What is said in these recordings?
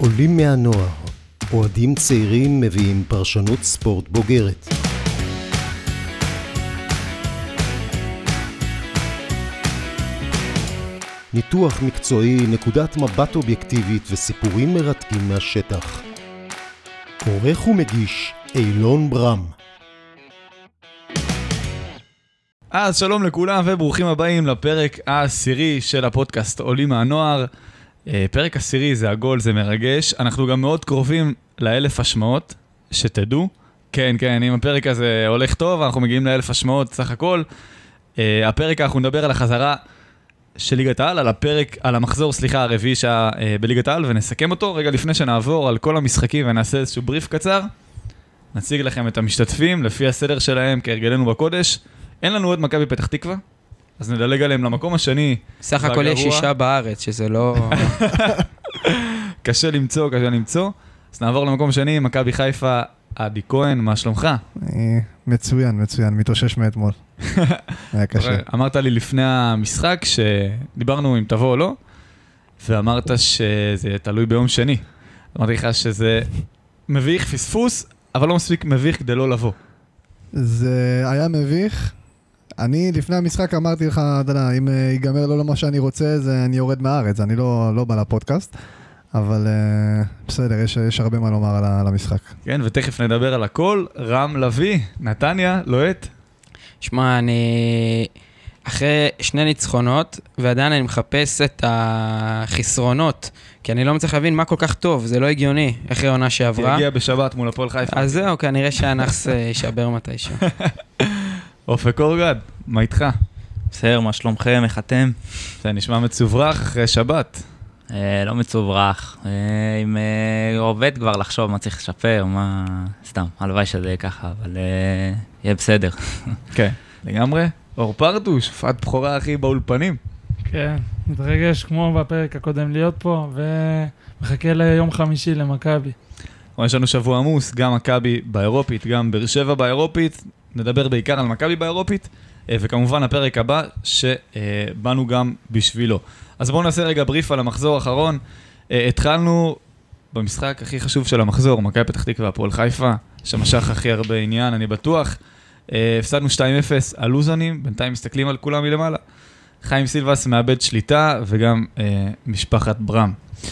עולים מהנוער, אוהדים צעירים מביאים פרשנות ספורט בוגרת. ניתוח מקצועי, נקודת מבט אובייקטיבית וסיפורים מרתקים מהשטח. עורך ומגיש אילון ברם. אז שלום לכולם וברוכים הבאים לפרק העשירי של הפודקאסט עולים מהנוער. פרק עשירי זה עגול, זה מרגש. אנחנו גם מאוד קרובים ל1,000 השמעות, שתדעו. כן, אם הפרק הזה הולך טוב, אנחנו מגיעים ל1,000 השמעות סך הכל. הפרק אנחנו נדבר על החזרה של ליגת העל, על המחזור, הרביעי שהיה בליגת העל, ונסכם אותו. רגע לפני שנעבור על כל המשחקים ונעשה איזשהו בריף קצר, נציג לכם את המשתתפים לפי הסדר שלהם כהרגלנו בקודש. אין לנו עוד מכבי פתח תקווה, אז נדלג עליהם למקום השני. סך הכל יש 6 בארץ, שזה לא... קשה למצוא. אז נעבור למקום השני, מכבי חיפה, עדי כהן, מה שלומך? מצוין, מתאושש מאתמול. היה קשה. אמרת לי לפני המשחק שדיברנו אם תבוא או לא, ואמרת שזה תלוי ביום שני. אמרתי לך שזה מביך פספוס, אבל לא מספיק מביך כדי לא לבוא. זה היה מביך. אני לפני המשחק אמרתי לך, אם ייגמר לא מה שאני רוצה, אני יורד מהארץ, אני לא בא לפודקאסט, אבל בסדר, יש הרבה מה לומר על המשחק. כן, ותכף נדבר על הכל. רם לוי, נתניה, לוהט. שמע, אני אחרי 2 ניצחונות, ועדיין אני מחפש את החסרונות, כי אני לא מצליח להבין מה כל כך טוב, זה לא הגיוני, אחרי עונה שעברה. תגיע בשבת מול הפועל חיפה. אז זהו, כנראה שהנכס יישבר מתישהו. אופק אורגד, מה איתך? בסדר, מה שלומכם, איך אתם? זה נשמע מצוברח אחרי שבת. לא מצוברח, אם עובד כבר לחשוב מה צריך לשפר, מה... סתם, הלוואי שזה יהיה ככה, אבל יהיה בסדר. כן, לגמרי. אור פרטוש, הופעת בכורה הכי באולפנים. כן, מתרגש כמו בפרק הקודם להיות פה, ומחכה ליום חמישי למכבי. יש לנו שבוע עמוס, גם מכבי באירופית, גם באר שבע באירופית, נדבר בעיקר על מכבי באירופית, וכמובן הפרק הבא שבאנו גם בשבילו. אז בואו נעשה רגע בריף על המחזור האחרון. התחלנו במשחק הכי חשוב של המחזור, מכבי פתח תקווה והפועל חיפה, שמשך הכי הרבה עניין, אני בטוח. הפסדנו 2-0 על לוזונים, בינתיים מסתכלים על כולם מלמעלה. חיים סילבס מאבד שליטה, וגם משפחת ברם.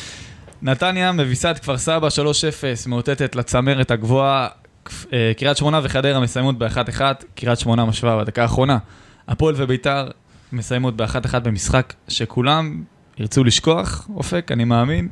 נתניה מביסת כפר סבא 3-0, מאותתת לצמרת הגבוהה, קריית שמונה וחדרה מסיימות ב1-1, קריית שמונה משווה בדקה האחרונה. הפועל וביתר מסיימות ב1-1 במשחק שכולם ירצו לשכוח, אופק, אני מאמין.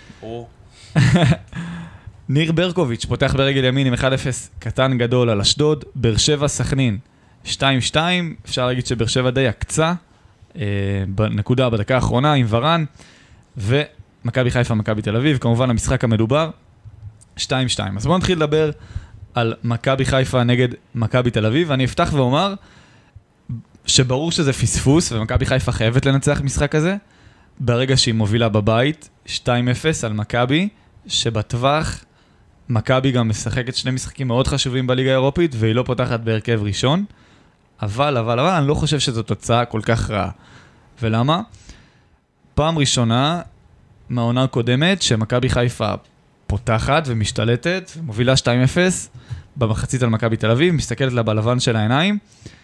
ניר ברקוביץ' פותח ברגל ימין עם 1-0 קטן גדול על אשדוד, באר שבע סכנין 2-2, אפשר להגיד שבאר שבע די הקצה, בנקודה בדקה האחרונה עם ורן, ומכבי חיפה, מכבי תל אביב, כמובן המשחק המדובר, 2-2. אז בואו נתחיל לדבר על מכבי חיפה נגד מכבי תל אביב, ואני אפתח ואומר שברור שזה פספוס, ומכבי חיפה חייבת לנצח משחק הזה, ברגע שהיא מובילה בבית, 2-0 על מכבי, שבטווח מכבי גם משחקת 2 משחקים מאוד חשובים בליגה האירופית, והיא לא פותחת בהרכב ראשון, אבל אני לא חושב שזו תוצאה כל כך רעה. ולמה? פעם ראשונה מהעונה הקודמת שמכבי חיפה פותחת ומשתלטת, ומובילה 2-0 במחצית על מכבי תל אביב, מסתכלת לה בלבן של העיניים,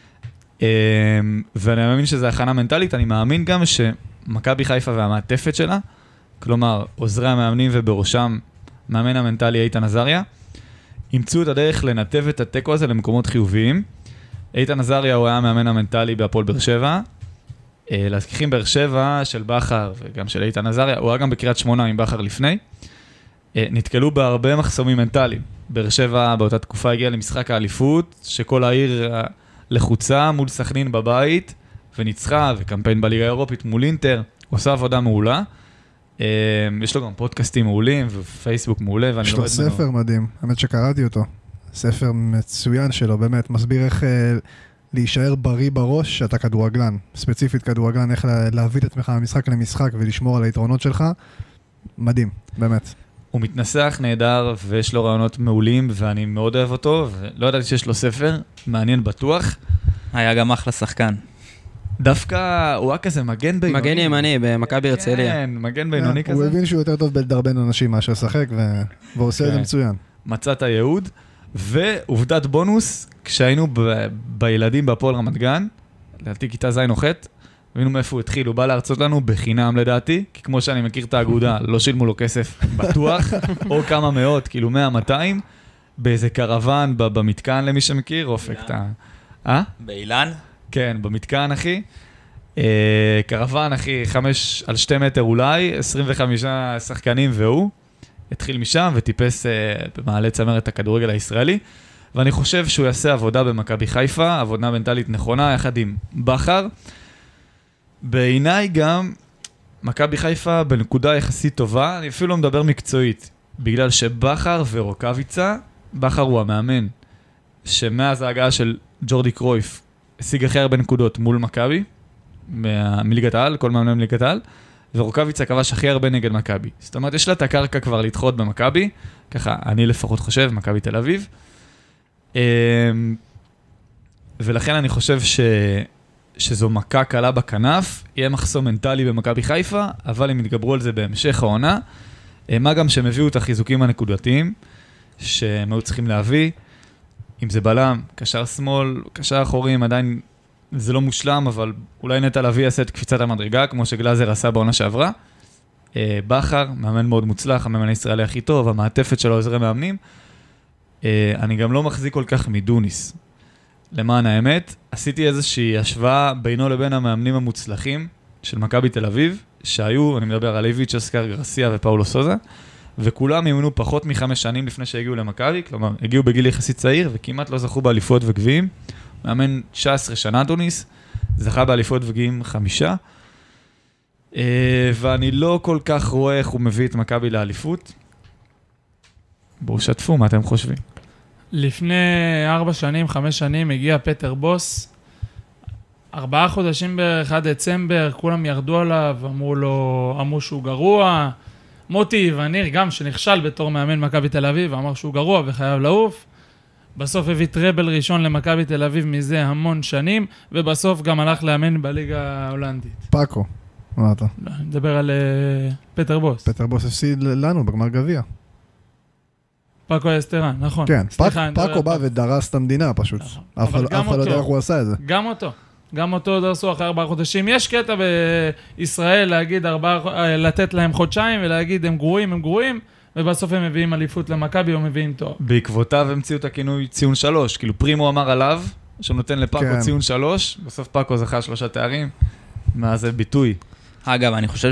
ואני מאמין שזה הכנה מנטלית, אני מאמין גם שמכבי חיפה והמעטפת שלה, כלומר עוזרי המאמנים ובראשם מאמן המנטלי איתן עזריה, ימצאו את הדרך לנתב את הטקו הזה למקומות חיוביים. איתן עזריה הוא היה המאמן המנטלי בהפועל באר שבע, להזכירים באר שבע של בכר וגם של איתן עזריה, הוא היה גם בקריית שמונה עם בכר לפני, נתקלו בהרבה מחסומים מנטליים. באר שבע באותה תקופה הגיעה למשחק האליפות, שכל העיר לחוצה מול סכנין בבית, וניצחה, וקמפיין בליגה האירופית מול אינטר, עושה עבודה מעולה. יש לו גם פודקאסטים מעולים, ופייסבוק מעולה, ואני יש לו ספר מדהים, האמת שקראתי אותו. ספר מצוין שלו, באמת, מסביר איך להישאר בריא בראש, שאתה כדורגלן, ספציפית כדורגלן, איך להביא את עצמך ממשחק למשחק, ולשמור על היתרונות שלך. מדהים, באמת. הוא מתנסח נהדר, ויש לו רעיונות מעולים, ואני מאוד אוהב אותו, ולא ידעתי שיש לו ספר, מעניין בטוח. היה גם אחלה שחקן. דווקא הוא היה כזה מגן בינוני. מגן ימני במכבי הרצליה. כן, מגן בינוני כזה. הוא הבין שהוא יותר טוב בלדרבן אנשים מאשר לשחק, ועושה את זה מצוין. מצא את הייעוד, ועובדת בונוס, כשהיינו בילדים בהפועל רמת גן, לדעתי כיתה ז' או ח', הבינו מאיפה הוא התחיל, הוא בא להרצות לנו בחינם לדעתי, כי כמו שאני מכיר את האגודה, לא שילמו לו כסף בטוח, או כמה מאות, כאילו 100-200, באיזה קרוון במתקן למי שמכיר, אופק, אתה... באילן? כן, במתקן, אחי. קרוון, אחי, 5 על 2 מטר אולי, 25 שחקנים והוא. התחיל משם וטיפס במעלה צמרת הכדורגל הישראלי. ואני חושב שהוא יעשה עבודה במכבי חיפה, עבודה מנטלית נכונה, יחד עם בכר. בעיניי גם, מכבי חיפה בנקודה יחסית טובה, אני אפילו לא מדבר מקצועית, בגלל שבכר ורוקביצה, בכר הוא המאמן, שמאז ההגעה של ג'ורדי קרויף, השיג הכי הרבה נקודות מול מכבי, מליגת העל, כל מאמן מליגת העל, ורוקביצה כבש הכי הרבה נגד מכבי. זאת אומרת, יש לה את הקרקע כבר לדחות במכבי, ככה אני לפחות חושב, מכבי תל אביב. ולכן אני חושב שזו מכה קלה בכנף, יהיה מחסום מנטלי במכבי חיפה, אבל הם יתגברו על זה בהמשך העונה. מה גם שהם הביאו את החיזוקים הנקודתיים, שהם היו צריכים להביא, אם זה בלם, קשר שמאל, קשר אחורים, עדיין זה לא מושלם, אבל אולי נטע לביא יעשה את קפיצת המדרגה, כמו שגלאזר עשה בעונה שעברה. בכר, מאמן מאוד מוצלח, המאמן הישראלי הכי טוב, המעטפת שלו עוזרי מאמנים. אני גם לא מחזיק כל כך מדוניס. למען האמת, עשיתי איזושהי השוואה בינו לבין המאמנים המוצלחים של מכבי תל אביב, שהיו, אני מדבר על איביץ', אסקר גרסיה ופאולו סוזה, וכולם אימנו פחות מ5 שנים לפני שהגיעו למכבי, כלומר, הגיעו בגיל יחסית צעיר, וכמעט לא זכו באליפות וגביעים. מאמן 19 שנה דוניס, זכה באליפות וגביעים 5. ואני לא כל כך רואה איך הוא מביא את מכבי לאליפות. בואו שתפו, מה אתם חושבים? לפני 4 שנים, 5 שנים, הגיע פטר בוס. 4 חודשים בערך, עד דצמבר, כולם ירדו עליו, אמרו שהוא גרוע. מוטי וניר, גם שנכשל בתור מאמן מכבי תל אביב, אמר שהוא גרוע וחייב לעוף. בסוף הביא טראבל ראשון למכבי תל אביב מזה המון שנים, ובסוף גם הלך לאמן בליגה ההולנדית. פאקו, מה אתה? לא, אני מדבר על פטר בוס. פטר בוס הפסיד לנו בגמר גביע. פאקו אסטרן, נכון. כן, פאקו בא ודרס את המדינה פשוט. אף אחד לא יודע איך הוא עשה את זה. גם אותו דרסו אחרי 4 חודשים. יש קטע בישראל להגיד לתת להם חודשיים ולהגיד הם גרועים, ובסוף הם מביאים אליפות למכבי או מביאים תואר. בעקבותיו המציאו את הכינוי ציון 3, כאילו פרימו אמר עליו, שהוא נותן לפאקו ציון 3, בסוף פאקו זכה 3 תארים, מה זה ביטוי. אגב, אני חושב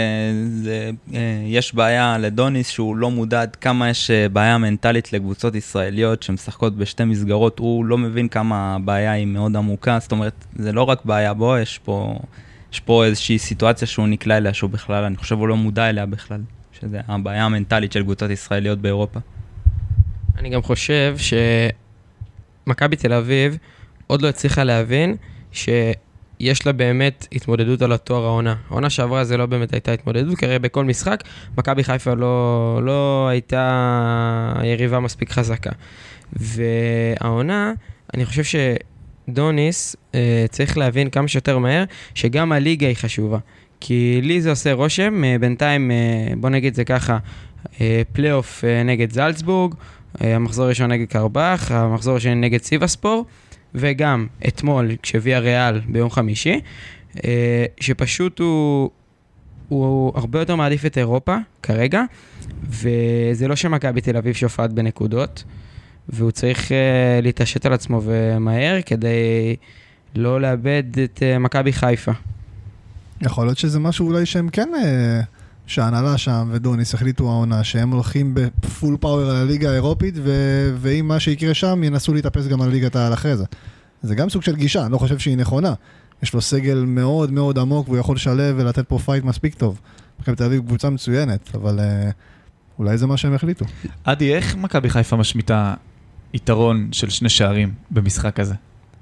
שיש בעיה לדוניס שהוא לא מודע עד כמה יש בעיה מנטלית לקבוצות ישראליות שמשחקות בשתי מסגרות, הוא לא מבין כמה הבעיה היא מאוד עמוקה, זאת אומרת, זה לא רק בעיה בו, יש פה איזושהי סיטואציה שהוא נקלע אליה, שהוא בכלל, אני חושב הוא לא מודע אליה בכלל, שזה הבעיה המנטלית של קבוצות ישראליות באירופה. אני גם חושב שמכבי תל אביב עוד לא הצליחה להבין יש לה באמת התמודדות על התואר העונה. העונה שעברה זה לא באמת הייתה התמודדות, כי הרי בכל משחק, מכבי חיפה לא הייתה יריבה מספיק חזקה. והעונה, אני חושב שדוניס צריך להבין כמה שיותר מהר, שגם הליגה היא חשובה. כי לי זה עושה רושם, בינתיים, בוא נגיד זה ככה, פלייאוף נגד זלצבורג, המחזור הראשון נגד קרבח, המחזור השני נגד סיבספור, וגם אתמול, כשהביא הריאל ביום חמישי, שפשוט הוא הרבה יותר מעדיף את אירופה כרגע, וזה לא שמכבי תל אביב שופט בנקודות, והוא צריך להתעשת על עצמו ומהר, כדי לא לאבד את מכבי חיפה. יכול להיות שזה משהו אולי שהם כן, שהנהלה שם ודוניס החליטו העונה, שהם הולכים בפול פאוור על הליגה האירופית, ואם מה שיקרה שם ינסו להתאפס גם על ליגת העל אחרי זה. זה גם סוג של גישה, אני לא חושב שהיא נכונה. יש לו סגל מאוד מאוד עמוק, והוא יכול לשלב ולתת פה פייט מספיק טוב. מכבי תל אביב קבוצה מצוינת, אבל אולי זה מה שהם החליטו. עדי, איך מכבי חיפה משמיטה יתרון של 2 שערים במשחק הזה?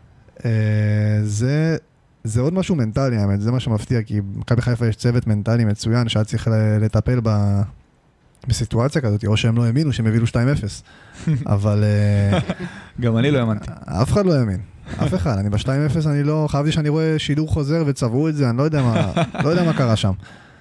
זה עוד משהו מנטלי, האמת, זה מה שמפתיע, כי מכבי חיפה יש צוות מנטלי מצוין, שהיה צריך לטפל בסיטואציה כזאת, או שהם לא האמינו שהם הבילו 2-0. אבל גם אני לא האמנתי. אף אחד לא האמין. אף אחד, אני ב-2-0, אני לא, חייבתי שאני רואה שידור חוזר וצבעו את זה, אני לא יודע מה קרה שם.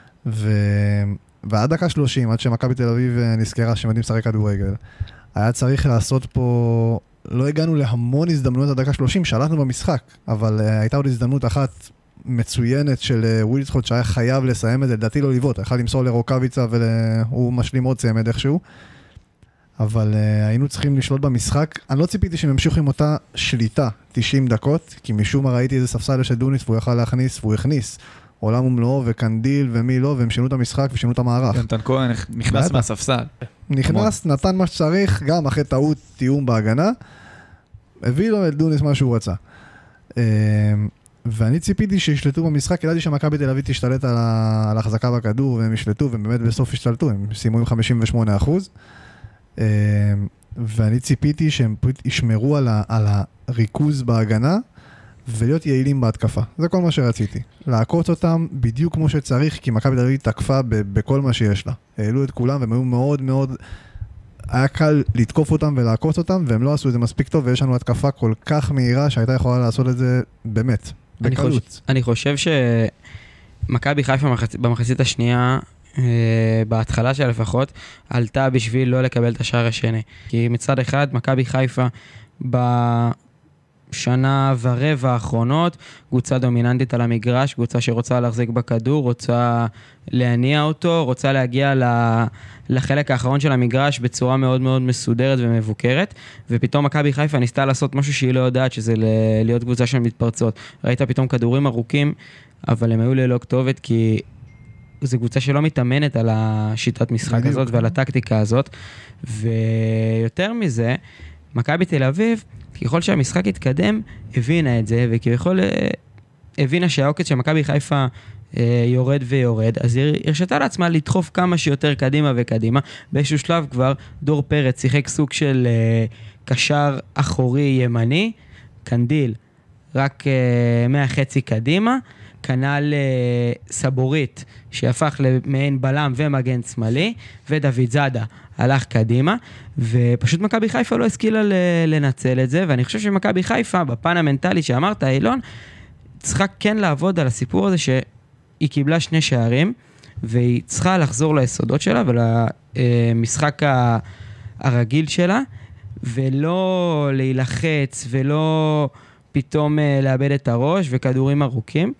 ועד דקה 30, עד שמכבי תל אביב נזכרה שהם יודעים לשחק כדורגל, היה צריך לעשות פה, לא הגענו להמון הזדמנויות עד דקה 30, שלטנו במשחק, אבל הייתה עוד הזדמנות אחת מצוינת של ווילדסחוט שהיה חייב לסיים את זה, לדעתי לא לבעוט, יכול למסור לרוקאביצה והוא משלים עוד צמד איכשהו, אבל היינו צריכים לשלוט במשחק. אני לא ציפיתי שהם ימשיכו עם אותה שליטה 90 דקות, כי משום מה ראיתי איזה ספסל של דוניס והוא יכל להכניס, והוא הכניס עולם ומלואו וקנדיל ומי לא, והם שינו את המשחק ושינו את המערך. יונתן כהן נכנס מהספסל. נכנס, נתן מה שצריך, גם אחרי טעות תיאום בהגנה, הביא לו את דוניס מה שהוא רצה. ואני ציפיתי שישלטו במשחק, ידעתי שמכבי תל אביב תשתלט על החזקה בכדור, והם ישלטו, והם באמת בסוף השתלטו, הם סיימו עם 58%. ואני ציפיתי שהם ישמרו על הריכוז בהגנה, ולהיות יעילים בהתקפה. זה כל מה שרציתי. לעקוץ אותם בדיוק כמו שצריך, כי מכבי תל אביב תקפה בכל מה שיש לה. העלו את כולם, והם היו מאוד מאוד... היה קל לתקוף אותם ולעקוץ אותם, והם לא עשו את זה מספיק טוב, ויש לנו התקפה כל כך מהירה, שהייתה יכולה לעשות את זה באמת, בקלות. אני חושב שמכבי חיפה במחצית השנייה, בהתחלה שלה לפחות, עלתה בשביל לא לקבל את השער השני. כי מצד אחד, מכבי חיפה בשנה ורבע האחרונות, קבוצה דומיננטית על המגרש, קבוצה שרוצה להחזיק בכדור, רוצה להניע אותו, רוצה להגיע לחלק האחרון של המגרש בצורה מאוד מאוד מסודרת ומבוקרת, ופתאום מכבי חיפה ניסתה לעשות משהו שהיא לא יודעת, שזה להיות קבוצה של מתפרצות. ראית פתאום כדורים ארוכים, אבל הם היו ללא כתובת, כי זו קבוצה שלא מתאמנת על השיטת משחק הזאת ועל הטקטיקה הזאת, ויותר מזה, מכבי תל אביב, ככל שהמשחק התקדם, הבינה את זה, וכביכול הבינה שהעוקץ של מכבי חיפה יורד ויורד, אז היא הרשתה לעצמה לדחוף כמה שיותר קדימה וקדימה. באיזשהו שלב כבר דור פרץ שיחק סוג של קשר אחורי ימני, קנדיל רק מהחצי קדימה, כנ"ל סבורית שהפך למעין בלם ומגן שמאלי, ודוד זאדה הלך קדימה, ופשוט מכבי חיפה לא השכילה לנצל את זה, ואני חושב שמכבי חיפה, בפן המנטלי שאמרת, אילון, צריכה כן לעבוד על הסיפור הזה שהיא קיבלה 2 שערים, והיא צריכה לחזור ליסודות שלה ולמשחק הרגיל שלה, ולא להילחץ, ולא פתאום לאבד את הראש, וכדורים ארוכים.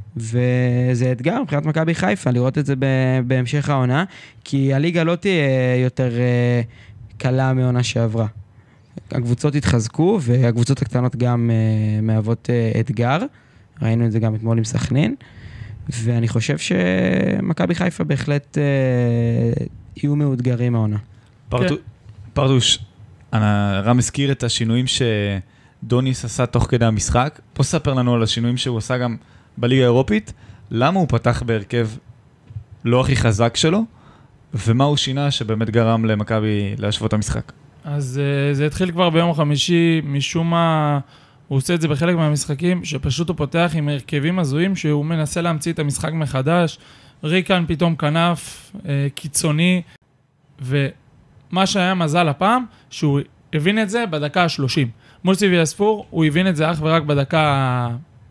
וזה אתגר מבחינת מכבי חיפה, לראות את זה בהמשך העונה, כי הליגה לא תהיה יותר קלה מעונה שעברה. הקבוצות התחזקו, והקבוצות הקטנות גם מהוות אתגר. ראינו את זה גם אתמול עם סכנין, ואני חושב שמכבי חיפה בהחלט יהיו מאותגרים העונה. פרדוש, רם הזכיר את השינויים שדוניס עשה תוך כדי המשחק. פה ספר לנו על השינויים שהוא עשה גם בליגה האירופית, למה הוא פתח בהרכב לא הכי חזק שלו, ומה הוא שינה שבאמת גרם למכבי להשוות המשחק? אז זה התחיל כבר ביום חמישי, משום מה הוא עושה את זה בחלק מהמשחקים, שפשוט הוא פותח עם הרכבים הזויים, שהוא מנסה להמציא את המשחק מחדש, ריקן פתאום כנף, קיצוני, ומה שהיה מזל הפעם, שהוא הבין את זה בדקה ה-30. מול ציבי הספור, הוא הבין את זה אך ורק בדקה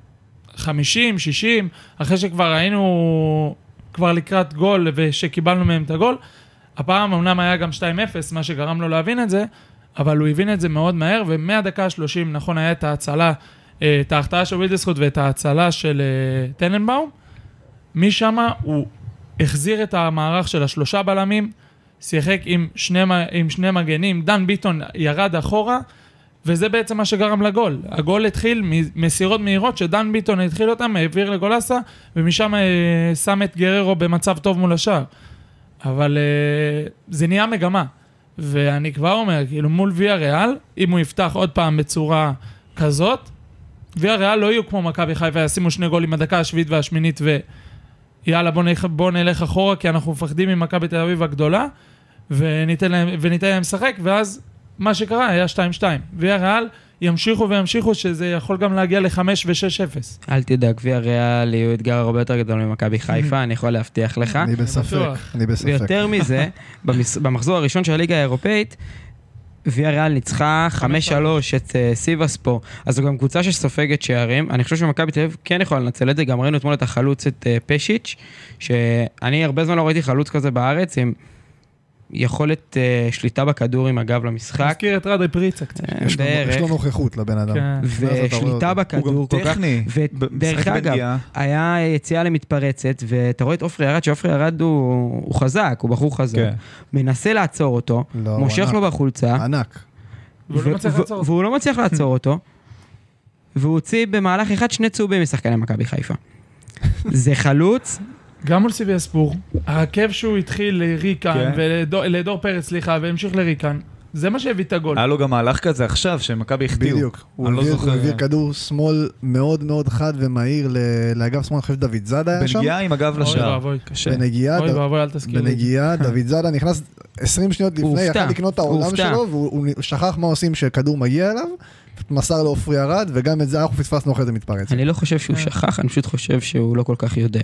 50, 60, אחרי שכבר היינו כבר לקראת גול ושקיבלנו מהם את הגול. הפעם אמנם היה גם 2-0, מה שגרם לו להבין את זה, אבל הוא הבין את זה מאוד מהר, ומהדקה ה-30, נכון, היה את ההצלה, את ההחטאה של ווילדסחוט ואת ההצלה של טננבאום. משם הוא החזיר את המערך של 3 בלמים, שיחק עם שני מגנים, דן ביטון ירד אחורה, וזה בעצם מה שגרם לגול. הגול התחיל ממסירות מהירות, שדן ביטון התחיל אותם, העביר לגולסה, ומשם שם את גררו במצב טוב מול השאר. אבל זה נהיה מגמה. ואני כבר אומר, כאילו מול ויה ריאל, אם הוא יפתח עוד פעם בצורה כזאת, ויה ריאל לא יהיו כמו מכבי חיפה, ישימו 2 גולים בדקה השביעית והשמינית, ויאללה בוא נלך אחורה, כי אנחנו מפחדים ממכבי תל אביב הגדולה, וניתן להם לשחק, ואז מה שקרה היה 2-2. ויה ריאל ימשיכו וימשיכו, שזה יכול גם להגיע ל-5 ו-6-0. אל תדאג, ויה ריאל יהיו אתגר הרבה יותר גדול ממכבי חיפה, אני יכול להבטיח לך. אני בספק. ויותר מזה, במחזור הראשון של הליגה האירופאית, ויאריאל ניצחה 5-3 את סיבספור, אז זו גם קבוצה שסופגת שערים. אני חושב שמכבי תל אביב כן יכולה לנצל את זה, גם ראינו אתמול את החלוץ, את פשיץ', שאני הרבה זמן לא ראיתי חלוץ כזה בארץ, עם יכולת שליטה בכדור עם הגב למשחק. מזכיר את רדי פריצה קצת. יש לו נוכחות לבן אדם. ושליטה בכדור. הוא גם טכני. ודרך אגב, היה יציאה למתפרצת, ואתה רואה את אופרי ירד, שאופרי ירד הוא חזק, הוא בחור חזק. מנסה לעצור אותו, מושך לו בחולצה. ענק. והוא לא מצליח לעצור אותו, והוא הוציא במהלך אחד 2 צהובים משחקני מכבי חיפה. זה חלוץ. גם מול סיבספור, העקב שהוא התחיל לריקן, ולדור פרץ, סליחה, והמשיך לריקן, זה מה שהביא את הגול. היה לו גם מהלך כזה עכשיו, שמכבי החטיאו. בדיוק. הוא הביא כדור שמאל מאוד מאוד חד ומהיר לאגף שמאל, אני חושב דוד זאדה היה שם. בנגיעה עם הגב לשער. בנגיעה, דוד זאדה נכנס 20 שניות לפני, יכל לקנות את העולם שלו, והוא שכח מה עושים שכדור מגיע אליו, מסר לאופרי ארד, וגם את זה אנחנו פספסנו אחרי זה מתפרץ. אני לא חושב שהוא שכח, אני פשוט חושב שהוא לא כל כך יודע.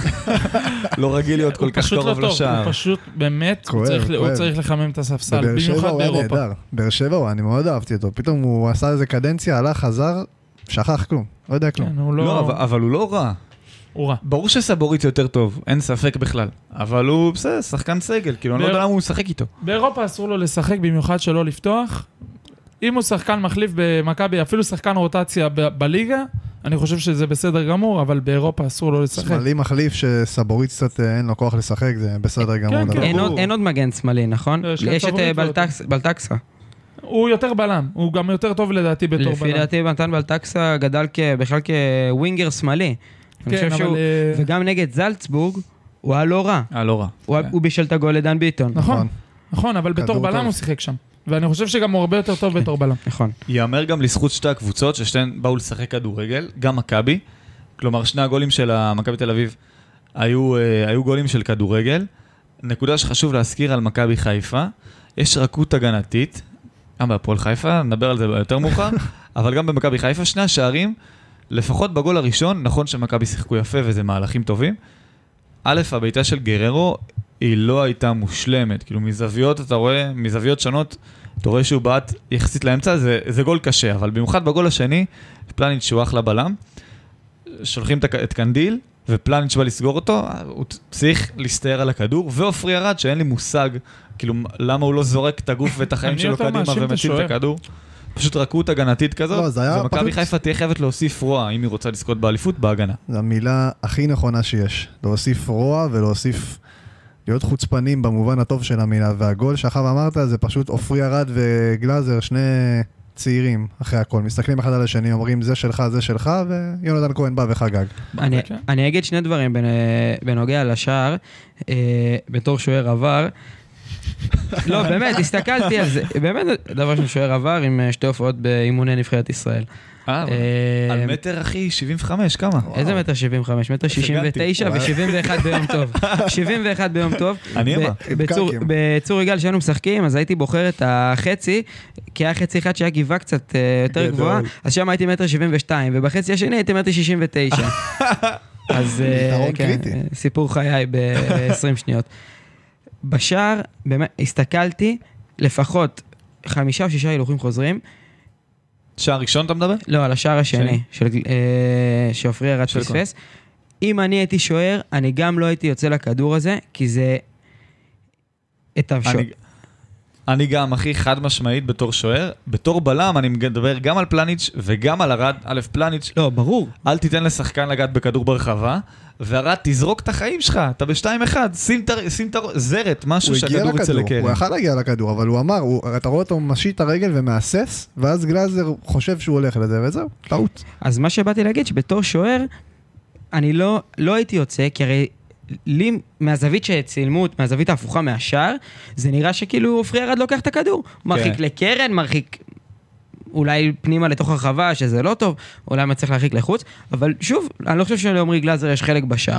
לא רגיל להיות כל כך קרוב לשער. הוא פשוט באמת, הוא צריך לחמם את הספסל, במיוחד באירופה. באר שבע, אני מאוד אהבתי אותו. פתאום הוא עשה איזה קדנציה, הלך, חזר, שכח כלום. לא יודע כלום. לא, אבל הוא לא רע. הוא רע. ברור שסבורית יותר טוב, אין ספק בכלל. אבל הוא בסדר, שחקן סגל, כאילו אני לא יודע למה הוא משחק איתו. באירופה אסור לו לשחק, במיוחד שלא לפתוח. אם הוא שחקן מחליף במכבי, אפילו שחקן רוטציה בליגה, אני חושב שזה בסדר גמור, אבל באירופה אסור לו לשחק. שמאלי מחליף שסבורית קצת אין לו כוח לשחק, זה בסדר גמור. אין עוד מגן שמאלי, נכון? יש את בלטקסה. הוא יותר בלם, הוא גם יותר טוב לדעתי בתור בלם. לפי דעתי מתן בלטקסה גדל בכלל כווינגר שמאלי. וגם נגד זלצבורג, הוא היה לא רע. הוא בישל את הגול לדן ביטון. נכון, אבל בתור בלם הוא שיחק שם. ואני חושב שגם הוא הרבה יותר טוב בתור בלם. נכון. יאמר גם לזכות שתי הקבוצות, ששתיהן באו לשחק כדורגל, גם מכבי, כלומר שני הגולים של מכבי תל אביב היו גולים של כדורגל. נקודה שחשוב להזכיר על מכבי חיפה, יש רכות הגנתית, גם בהפועל חיפה, נדבר על זה יותר מאוחר, אבל גם במכבי חיפה, שני השערים, לפחות בגול הראשון, נכון שמכבי שיחקו יפה וזה מהלכים טובים. א', הבעיטה של גררו היא לא הייתה מושלמת, כאילו מזוויות, אתה רואה, מזוויות שונות, אתה רואה שהוא בעט יחסית לאמצע, זה גול קשה, אבל במיוחד בגול השני, פלניץ' שהוא אחלה בלם, שולחים את קנדיל, ופלניץ' בא לסגור אותו, הוא צריך להסתער על הכדור, ואופרי ירד, שאין לי מושג, כאילו, למה הוא לא זורק את הגוף ואת החיים שלו קדימה ומציל את הכדור. פשוט רכות הגנתית כזאת, ומכבי חיפה תהיה חייבת להוסיף רוע, אם היא רוצה לזכות באליפות, בהגנה. זו המילה הכי נכונה שיש, להוסיף רוע ולהוסיף להיות חוצפנים במובן הטוב של המילה, והגול שאחר אמרת זה פשוט אופרי ירד וגלאזר, שני צעירים אחרי הכל, מסתכלים אחד על השני, אומרים זה שלך, זה שלך, ויונתן כהן בא וחגג. אני אגיד שני דברים בנוגע לשער, בתור שוער עבר, לא, באמת, הסתכלתי על זה, באמת דבר של שוער עבר עם שתי הופעות באימוני נבחרת ישראל. על מטר אחי, 75, כמה? איזה מטר 75? מטר 69 ו-71 ביום טוב. 71 ביום טוב. אני אמא. בצור יגאל שהיינו משחקים, אז הייתי בוחר את החצי, כי היה חצי אחד שהיה גיבה קצת יותר גבוהה, אז שם הייתי מטר 72, ובחצי השני הייתי מטר 69. אז סיפור חיי ב-20 שניות. בשער, באמת, הסתכלתי לפחות 5 או 6 הילוכים חוזרים. שער ראשון אתה מדבר? לא, על השער השני, שאופרי ירד פספס. אם אני הייתי שוער, אני גם לא הייתי יוצא לכדור הזה, כי זה את השוער. אני גם הכי חד משמעית בתור שוער. בתור בלם אני מדבר גם על פלניץ' וגם על ארד. א' פלניץ'. לא, ברור. אל תיתן לשחקן לגעת בכדור ברחבה, וארד תזרוק את החיים שלך, אתה ב-2-1, שים את זרת, משהו שהכדור יצא לקרן. הוא יכל להגיע לכדור, אבל הוא אמר, אתה רואה אותו משיט את הרגל ומאסס, ואז גלאזר חושב שהוא הולך לזה, וזהו, טעות. אז מה שבאתי להגיד, שבתור שוער, אני לא הייתי יוצא, כי הרי לי, מהזווית שצילמו, מהזווית ההפוכה מהשער, זה נראה שכאילו אופרי ירד לוקח את הכדור. מרחיק לקרן, מרחיק אולי פנימה לתוך הרחבה, שזה לא טוב, אולי מצליח להרחיק לחוץ, אבל שוב, אני לא חושב שלעומרי גלאזר יש חלק בשער.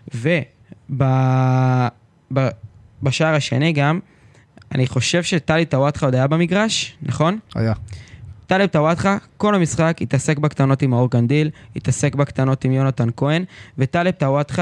ובשער השני גם, אני חושב שטלי טוואטחה עוד היה במגרש, נכון? היה. טלי טוואטחה, כל המשחק התעסק בקטנות עם האור קנדיל, התעסק בקטנות עם יונתן כהן, וטלי טוואטחה,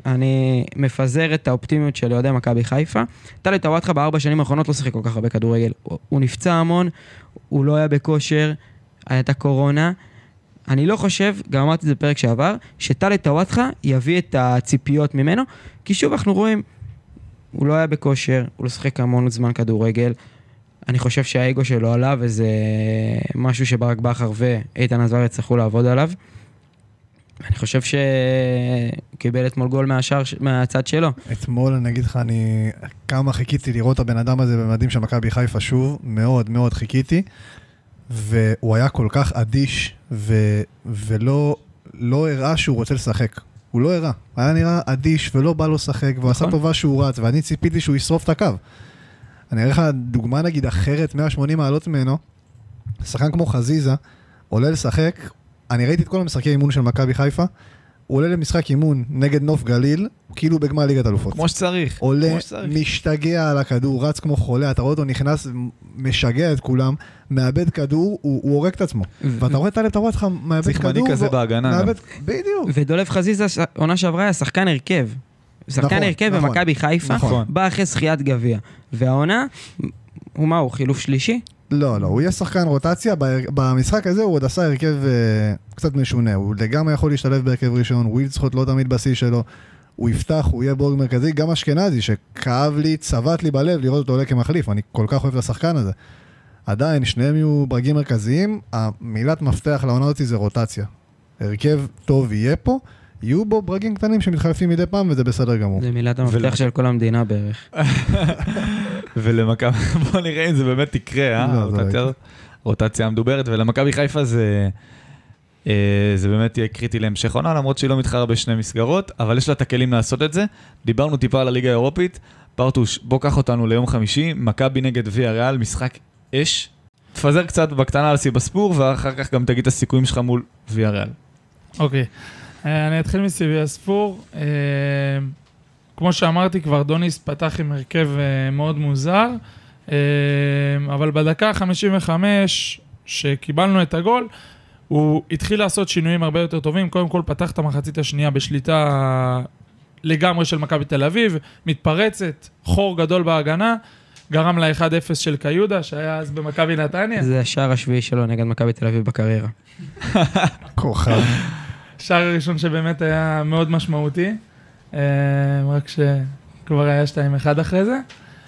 אני מפזר את האופטימיות של אוהדי מכבי חיפה. טלי טוואטחה ב4 שנים האחרונות לא שיחק כל כך הרבה כדורגל. הוא נפצע המון, הוא לא היה בכושר, הייתה קורונה. אני לא חושב, גם אמרתי את זה בפרק שעבר, שטלי טוואטחה יביא את הציפיות ממנו, כי שוב אנחנו רואים, הוא לא היה בכושר, הוא לא שיחק המון זמן כדורגל. אני חושב שהאגו שלו עלה, וזה משהו שברק בכר ואיתן עזריה יצטרכו לעבוד עליו. אני חושב שקיבל אתמול גול מהצד שלו. אתמול, אני אגיד לך, כמה חיכיתי לראות את הבן אדם הזה במדים של מכבי חיפה שוב, מאוד מאוד חיכיתי, והוא היה כל כך אדיש, ולא הראה שהוא רוצה לשחק. הוא לא הראה. היה נראה אדיש ולא בא לו לשחק, והוא עשה טובה שהוא רץ, ואני ציפיתי שהוא ישרוף את הקו. אני אראה לך דוגמה נגיד אחרת, 180 מעלות ממנו, שחקן כמו חזיזה, עולה לשחק, אני ראיתי את כל המשחקי אימון של מכבי חיפה, הוא עולה למשחק אימון נגד נוף גליל, כאילו בגמר ליגת אלופות. כמו שצריך. עולה, משתגע על הכדור, רץ כמו חולה, אתה רואה אותו נכנס, משגע את כולם, מאבד כדור, הוא הורג את עצמו. ואתה רואה את הלב, אותך, מאבד כדור. צריך מנהיג כזה בהגנה. בדיוק. ודולב חזיזה, עונה שעברה, היה שחקן הרכב. שחקן הרכב במכבי חיפה, בא אחרי זכיית גביע. והעונה, הוא חילוף שלישי? לא, הוא יהיה שחקן רוטציה, במשחק הזה הוא עוד עשה הרכב קצת משונה, הוא לגמרי יכול להשתלב בהרכב ראשון, הוא ילצחות לא תמיד בשיא שלו, הוא יפתח, הוא יהיה בורג מרכזי, גם אשכנזי שכאב לי, צבט לי בלב לראות אותו עולה כמחליף, אני כל כך אוהב לשחקן הזה. עדיין, שניהם יהיו ברגים מרכזיים, המילת מפתח לעונה אותי זה רוטציה. הרכב טוב יהיה פה, יהיו בו ברגים קטנים שמתחלפים מדי פעם, וזה בסדר גמור. זה מילת המפתח של כל המדינה בערך. ולמכבי, בוא נראה אם זה באמת יקרה, רוטציה המדוברת, ולמכבי חיפה זה באמת יהיה קריטי להמשך עונה, למרות שהיא לא מתחרה בשני מסגרות, אבל יש לה את הכלים לעשות את זה. דיברנו טיפה על הליגה האירופית, פרטוש, בוא קח אותנו ליום חמישי, מכבי נגד ויאריאל, משחק אש, תפזר קצת בקטנה על סיבספור, ואחר כך גם תגיד את הסיכויים שלך מול ויאריאל. אוקיי. אני אתחיל מסיבספור. כמו שאמרתי, כבר דוניס פתח עם הרכב מאוד מוזר, אבל בדקה 55 שקיבלנו את הגול, הוא התחיל לעשות שינויים הרבה יותר טובים. קודם כל פתח את המחצית השנייה בשליטה לגמרי של מכבי תל אביב, מתפרצת, חור גדול בהגנה, גרם ל-1-0 של קיודה, שהיה אז במכבי נתניה. זה השער השביעי שלו נגד מכבי תל אביב בקריירה. כוכב. שער הראשון שבאמת היה מאוד משמעותי, רק שכבר היה 2-1 אחרי זה.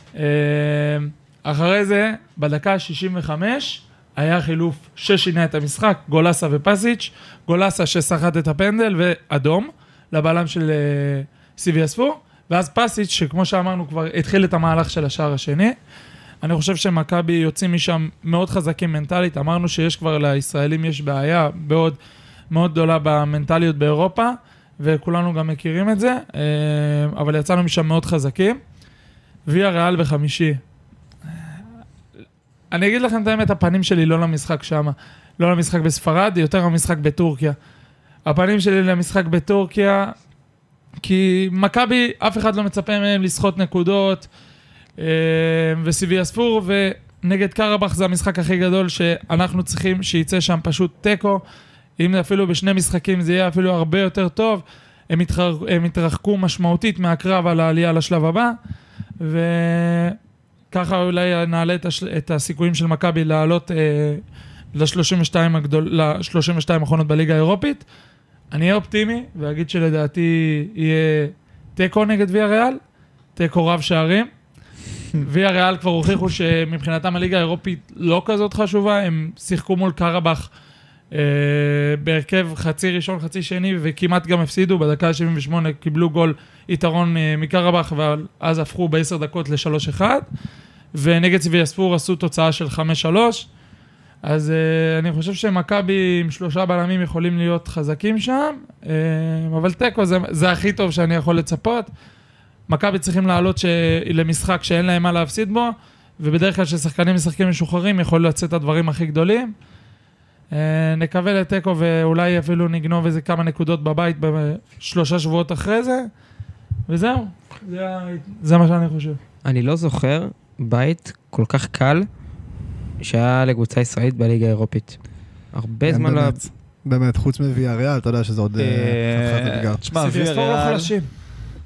אחרי זה, בדקה 65, היה חילוף ששינה את המשחק, גולסה ופסיץ', גולסה ששחט את הפנדל ואדום, לבעלם של סיביאספור, ואז פסיץ' שכמו שאמרנו כבר התחיל את המהלך של השער השני. אני חושב שמכבי יוצאים משם מאוד חזקים מנטלית, אמרנו שיש כבר לישראלים יש בעיה בעוד מאוד גדולה במנטליות באירופה, וכולנו גם מכירים את זה, אבל יצאנו משם מאוד חזקים. ויאריאל בחמישי. אני אגיד לכם את האמת, הפנים שלי לא למשחק שם, לא למשחק בספרד, יותר למשחק בטורקיה. הפנים שלי למשחק בטורקיה, כי מכבי, אף אחד לא מצפה מהם לסחוט נקודות, וסיביאספור, ונגד קרבח זה המשחק הכי גדול שאנחנו צריכים שיצא שם פשוט טקו, אם אפילו בשני משחקים זה יהיה אפילו הרבה יותר טוב, הם התרחקו משמעותית מהקרב על העלייה לשלב הבא, וככה אולי נעלה את הסיכויים של מכבי לעלות ל-32 האחרונות בליגה האירופית. אני אהיה אופטימי ואגיד שלדעתי יהיה טקו נגד ויאריאל, טקו רב שערים. ויאריאל כבר הוכיחו שמבחינתם הליגה האירופית לא כזאת חשובה, הם שיחקו מול קרבח בהרכב חצי ראשון, חצי שני, וכמעט גם הפסידו, בדקה 78 קיבלו גול יתרון מקרבח, ואז הפכו ב10 דקות ל3-1, ונגד סיביאספור עשו תוצאה של 5-3, אז אני חושב שמכבי עם 3 בלמים יכולים להיות חזקים שם, אבל טקו זה הכי טוב שאני יכול לצפות. מכבי צריכים לעלות למשחק שאין להם מה להפסיד בו, ובדרך כלל ששחקנים משחקים משוחררים יכול לצאת את הדברים הכי גדולים. נקווה לטקו ואולי אפילו נגנוב איזה כמה נקודות בבית ב3 שבועות אחרי זה, וזהו, זה מה שאני חושב. אני לא זוכר בית כל כך קל שהיה לקבוצה ישראלית בליגה האירופית. הרבה זמן לא... באמת, חוץ מוויאריאל, אתה יודע שזה עוד חתיכת אתגר. תשמע, סיביאספור לא חלשים.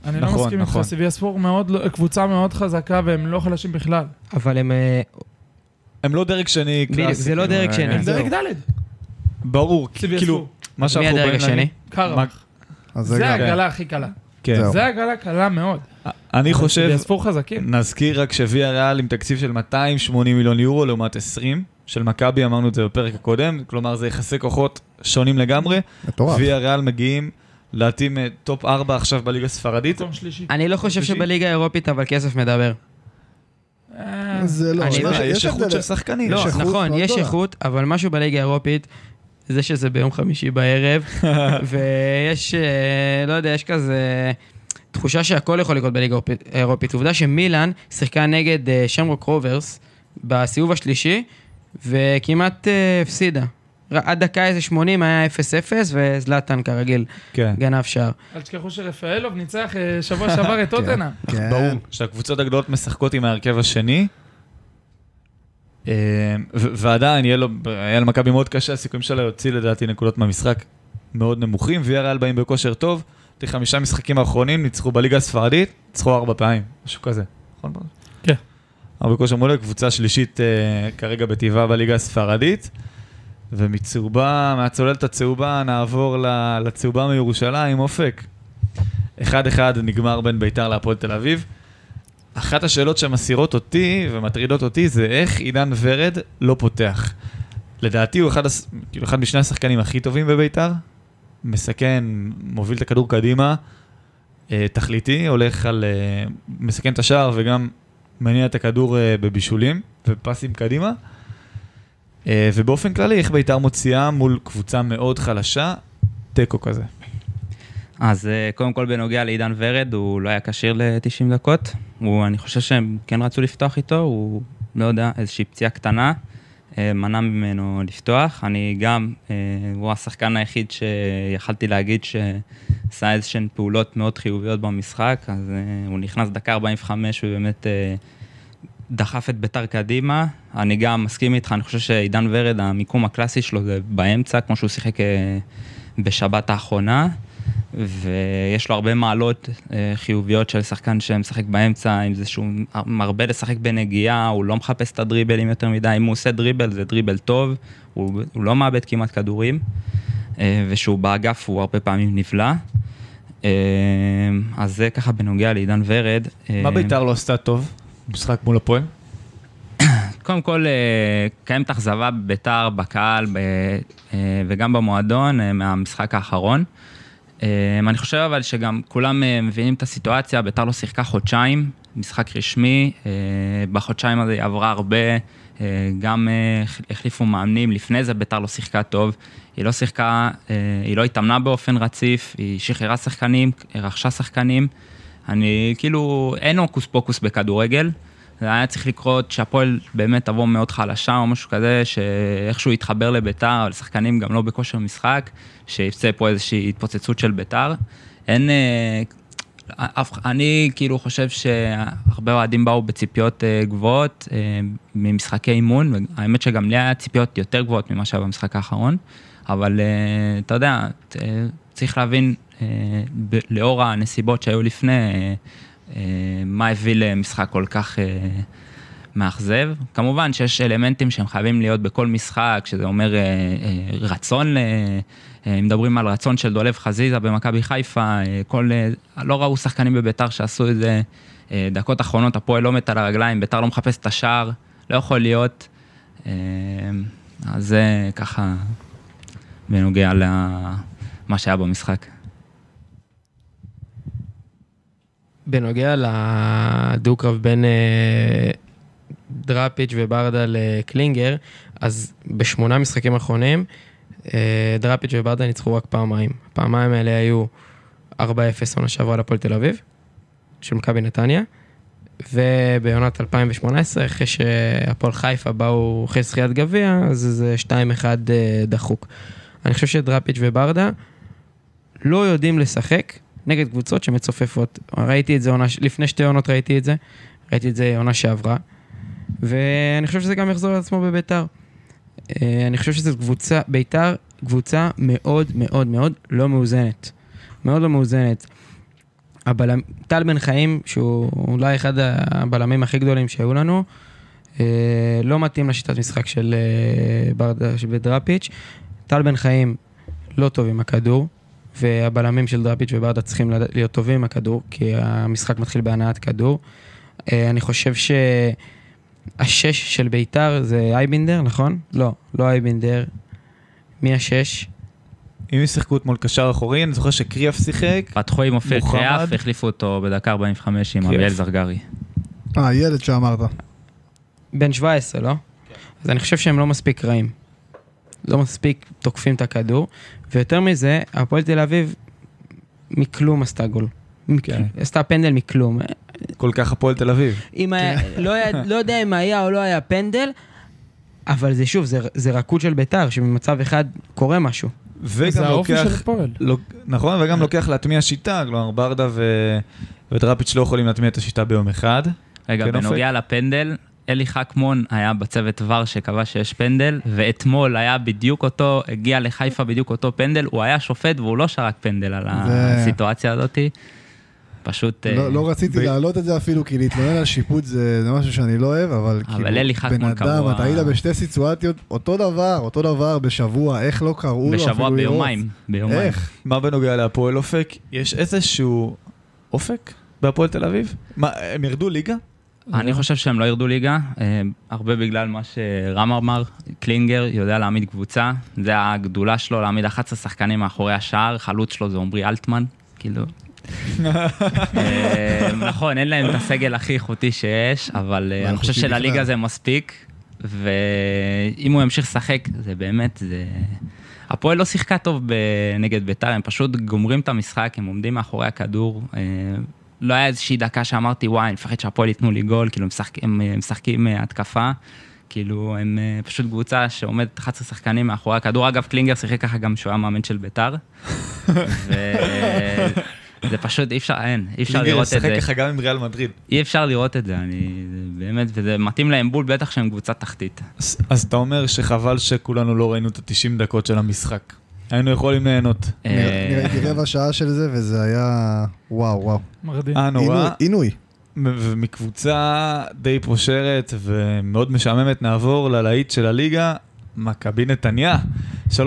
אני לא מסכים איתך, סביה ספור קבוצה מאוד חזקה, והם לא חלשים בכלל. אבל הם לא דרג שני קלאסי. זה לא דרג שני. הם דרג ד'. ברור, כאילו, מה שאנחנו מי הדרג השני? קרח. זה הגלה הכי קלה. זה הגלה קלה מאוד. אני חושב, סביה ספור חזקים. נזכיר רק שוויה ריאל עם תקציב של 280 מיליון יורו לעומת 20 של מכבי, אמרנו את זה בפרק הקודם, כלומר זה יחסי כוחות שונים לגמרי. וויה ריאל מגיעים להתאים טופ 4 עכשיו בליגה הספרדית. אני לא חושב שבליגה האירופית אבל כסף מדבר. זה לא, יש איכות של שחקנים. לא, נכון, יש איכות, אבל משהו בליגה האירופית, זה שזה ביום חמישי בערב, ויש, לא יודע, יש כזה תחושה שהכל יכול לקרות בליגה האירופית. עובדה שמילאן שיחקה נגד שמרוק רוברס בסיבוב השלישי, וכמעט הפסידה. עד דקה איזה 80 היה 0-0, וזלאטן כרגיל גנב שער. אל תשכחו שרפאלוב ניצח שבוע שעבר את טוטנהאם. ברור, שהקבוצות הגדולות משחקות עם ההרכב השני, ועדיין יהיה למכבי מאוד קשה, הסיכויים שלה יוציא לדעתי נקודות מהמשחק מאוד נמוכים, וויה ריאל באים בכושר טוב, 5 משחקים האחרונים ניצחו בליגה הספרדית, ניצחו 4 פעמים, משהו כזה, נכון? כן. הרבה כושר מולה, קבוצה שלישית כרגע בטבעה בליגה הספרדית, מהצוללת הצהובה נעבור לצהובה מירושלים, אופק. 1-1 נגמר בין ביתר להפועל תל אביב. אחת השאלות שמסירות אותי ומטרידות אותי זה איך עידן ורד לא פותח. לדעתי הוא אחד משני השחקנים הכי טובים בביתר, מסכן, מוביל את הכדור קדימה, תכליתי, מסכן את השער וגם מניע את הכדור בבישולים ופסים קדימה. ובאופן כללי, איך ביתר מוציאה מול קבוצה מאוד חלשה, טקו כזה. אז קודם כל בנוגע לעידן ורד, הוא לא היה קשיר ל-90 דקות. אני חושב שהם כן רצו לפתוח איתו, הוא לא יודע, איזושהי פציעה קטנה, מנע ממנו לפתוח. אני גם, הוא השחקן היחיד שיכלתי להגיד שעשה איזשהן פעולות מאוד חיוביות במשחק, אז הוא נכנס דקה 45 ובאמת דחף את ביתר קדימה. אני גם מסכים איתך, אני חושב שעידן ורד, המיקום הקלאסי שלו זה באמצע, כמו שהוא שיחק בשבת האחרונה, ויש לו הרבה מעלות חיוביות של שחקן שמשחק באמצע, אם זה שהוא מרבה לשחק בנגיעה, הוא לא מחפש את הדריבלים יותר מדי, אם הוא עושה דריבל, זה דריבל טוב, הוא לא מאבד כמעט כדורים, ושהוא באגף הוא הרבה פעמים נבלע. אז זה ככה בנוגע לעידן ורד. מה ביתר לא עשתה טוב? משחק מול הפועל? קודם כל, קיימת אכזבה בביתר, בקהל וגם במועדון מהמשחק האחרון. אני חושב אבל שגם כולם מבינים את הסיטואציה, ביתר לא שיחקה חודשיים, משחק רשמי, בחודשיים הזה היא עברה הרבה, גם החליפו מאמנים, לפני זה ביתר לא שיחקה טוב, היא לא שיחקה, היא לא התאמנה באופן רציף, היא שחררה שחקנים, רכשה שחקנים, כאילו, אין הוקוס פוקוס בכדורגל, זה היה צריך לקרות שהפועל באמת תבוא מאוד חלשה או משהו כזה, שאיכשהו יתחבר לביתר, אבל שחקנים גם לא בכושר משחק, שיפצה פה איזושהי התפוצצות של ביתר. אני כאילו חושב שהרבה אוהדים באו בציפיות גבוהות ממשחקי אימון, והאמת שגם לי היה ציפיות יותר גבוהות ממה שהיה במשחק האחרון, אבל אתה יודע, צריך להבין לאור הנסיבות שהיו לפני, מה הביא למשחק כל כך מאכזב. כמובן שיש אלמנטים שהם חייבים להיות בכל משחק, שזה אומר רצון, מדברים על רצון של דולב חזיזה במכבי חיפה, לא ראו שחקנים בביתר שעשו את זה, דקות אחרונות הפועל לא מת על הרגליים, ביתר לא מחפש את השער, לא יכול להיות, אז זה ככה בנוגע למה שהיה במשחק. בנוגע לדו-קרב בין דראפיץ' וברדה לקלינגר, אז ב8 משחקים האחרונים, דראפיץ' וברדה ניצחו רק פעמיים. הפעמיים האלה היו 4-0 עונה שעברה להפועל תל אביב, של מכבי נתניה, ובעונת 2018, אחרי שהפועל חיפה באו אחרי זכיית גביע, אז זה 2-1 דחוק. אני חושב שדראפיץ' וברדה לא יודעים לשחק נגד קבוצות שמצופפות. ראיתי את זה לפני 2 עונות ראיתי את זה עונה שעברה, ואני חושב שזה גם יחזור על עצמו בביתר. אני חושב שזו ביתר קבוצה מאוד מאוד מאוד לא מאוזנת. מאוד לא מאוזנת. טל בן חיים, שהוא אולי אחד הבלמים הכי גדולים שהיו לנו, לא מתאים לשיטת משחק של ברדה ודראפיץ'. טל בן חיים לא טוב עם הכדור, והבלמים של דראפיץ' וברדה צריכים להיות טובים עם הכדור, כי המשחק מתחיל בהנעת כדור. אני חושב שהשש של ביתר זה אייבינדר, נכון? לא אייבינדר. מי השש? אם ישחקו אתמול קשר אחורי, אני זוכר שקריאף שיחק. פתחו עם אופיר קריאף, החליפו אותו בדקה 45 עם אביאל זרגרי. ילד שאמרת. בן 17, לא? אז אני חושב שהם לא מספיק רעים. לא מספיק תוקפים את הכדור, ויותר מזה, הפועל תל אביב מכלום עשתה גול. עשתה פנדל מכלום. כל כך הפועל תל אביב. לא יודע אם היה או לא היה פנדל, אבל זה שוב, זה רכות של ביתר, שבמצב אחד קורה משהו. זה האופי של הפועל. נכון, וגם לוקח להטמיע שיטה, כלומר ברדה ודראפיץ' לא יכולים להטמיע את השיטה ביום אחד. רגע, בנוגע לפנדל, אלי חכמון היה בצוות ור שקבע שיש פנדל, ואתמול היה בדיוק אותו, הגיע לחיפה בדיוק אותו פנדל, הוא היה שופט והוא לא שרק פנדל על הסיטואציה הזאת. פשוט... לא רציתי להעלות את זה אפילו, כי להתלונן על שיפוט זה משהו שאני לא אוהב, אבל כאילו, בן אדם, אתה היית בשתי סיטואציות, אותו דבר בשבוע, איך לא קראו לו אפילו לראות? בשבוע ביומיים. איך? מה בנוגע להפועל אופק? יש איזשהו אופק בהפועל תל אביב? מה, הם ירדו ליגה? אני חושב שהם לא ירדו ליגה, הרבה בגלל מה שרם אמר, קלינגר יודע להעמיד קבוצה, זה הגדולה שלו, להעמיד 11 שחקנים מאחורי השער, חלוץ שלו זה עומרי אלטמן, כאילו. נכון, אין להם את הסגל הכי איכותי שיש, אבל אני חושב שלליגה זה מספיק, ואם הוא ימשיך לשחק, זה באמת, הפועל לא שיחקה טוב נגד ביתר, הם פשוט גומרים את המשחק, הם עומדים מאחורי הכדור, לא היה איזושהי דקה שאמרתי, וואי, אני מפחד שהפועל ייתנו לי גול, כאילו הם משחקים התקפה, כאילו הם פשוט קבוצה שעומדת 11 שחקנים מאחורי הכדור, אגב קלינגר שיחק ככה גם שהוא היה מאמן של ביתר, וזה פשוט אי אפשר לראות את זה. קלינגר ישחק ככה גם עם ריאל מדריד. אי אפשר לראות את זה, באמת, וזה מתאים להם בול, בטח שהם קבוצה תחתית. אז אתה אומר שחבל שכולנו לא ראינו את ה-90 דקות של המשחק. היינו יכולים ליהנות. נראיתי רבע שעה של זה, וזה היה וואו. מרדים. עינוי. ומקבוצה די פושרת ומאוד משעממת נעבור ללהיט של הליגה, מכבי נתניה, 3-0, 7-0,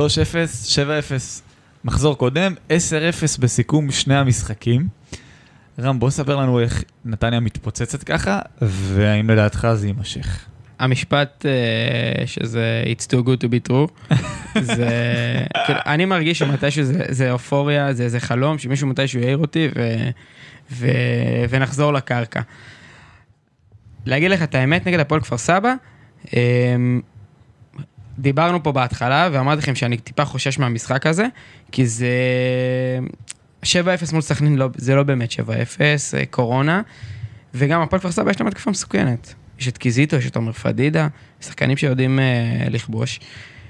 מחזור קודם, 10-0 בסיכום שני המשחקים. רם, בוא ספר לנו איך נתניה מתפוצצת ככה, והאם לדעתך זה יימשך. המשפט שזה it's too good to be true, אני מרגיש שמתישהו זה אופוריה, זה חלום, שמישהו מתישהו יעיר אותי ונחזור לקרקע. להגיד לך את האמת נגד הפועל כפר סבא, דיברנו פה בהתחלה ואמרתי לכם שאני טיפה חושש מהמשחק הזה, כי זה 7-0 מול סכנין, זה לא באמת 7-0, קורונה, וגם הפועל כפר סבא יש להם התקפה מסוכנת. יש את קיזיטו, יש את עומר פדידה, שחקנים שיודעים לכבוש.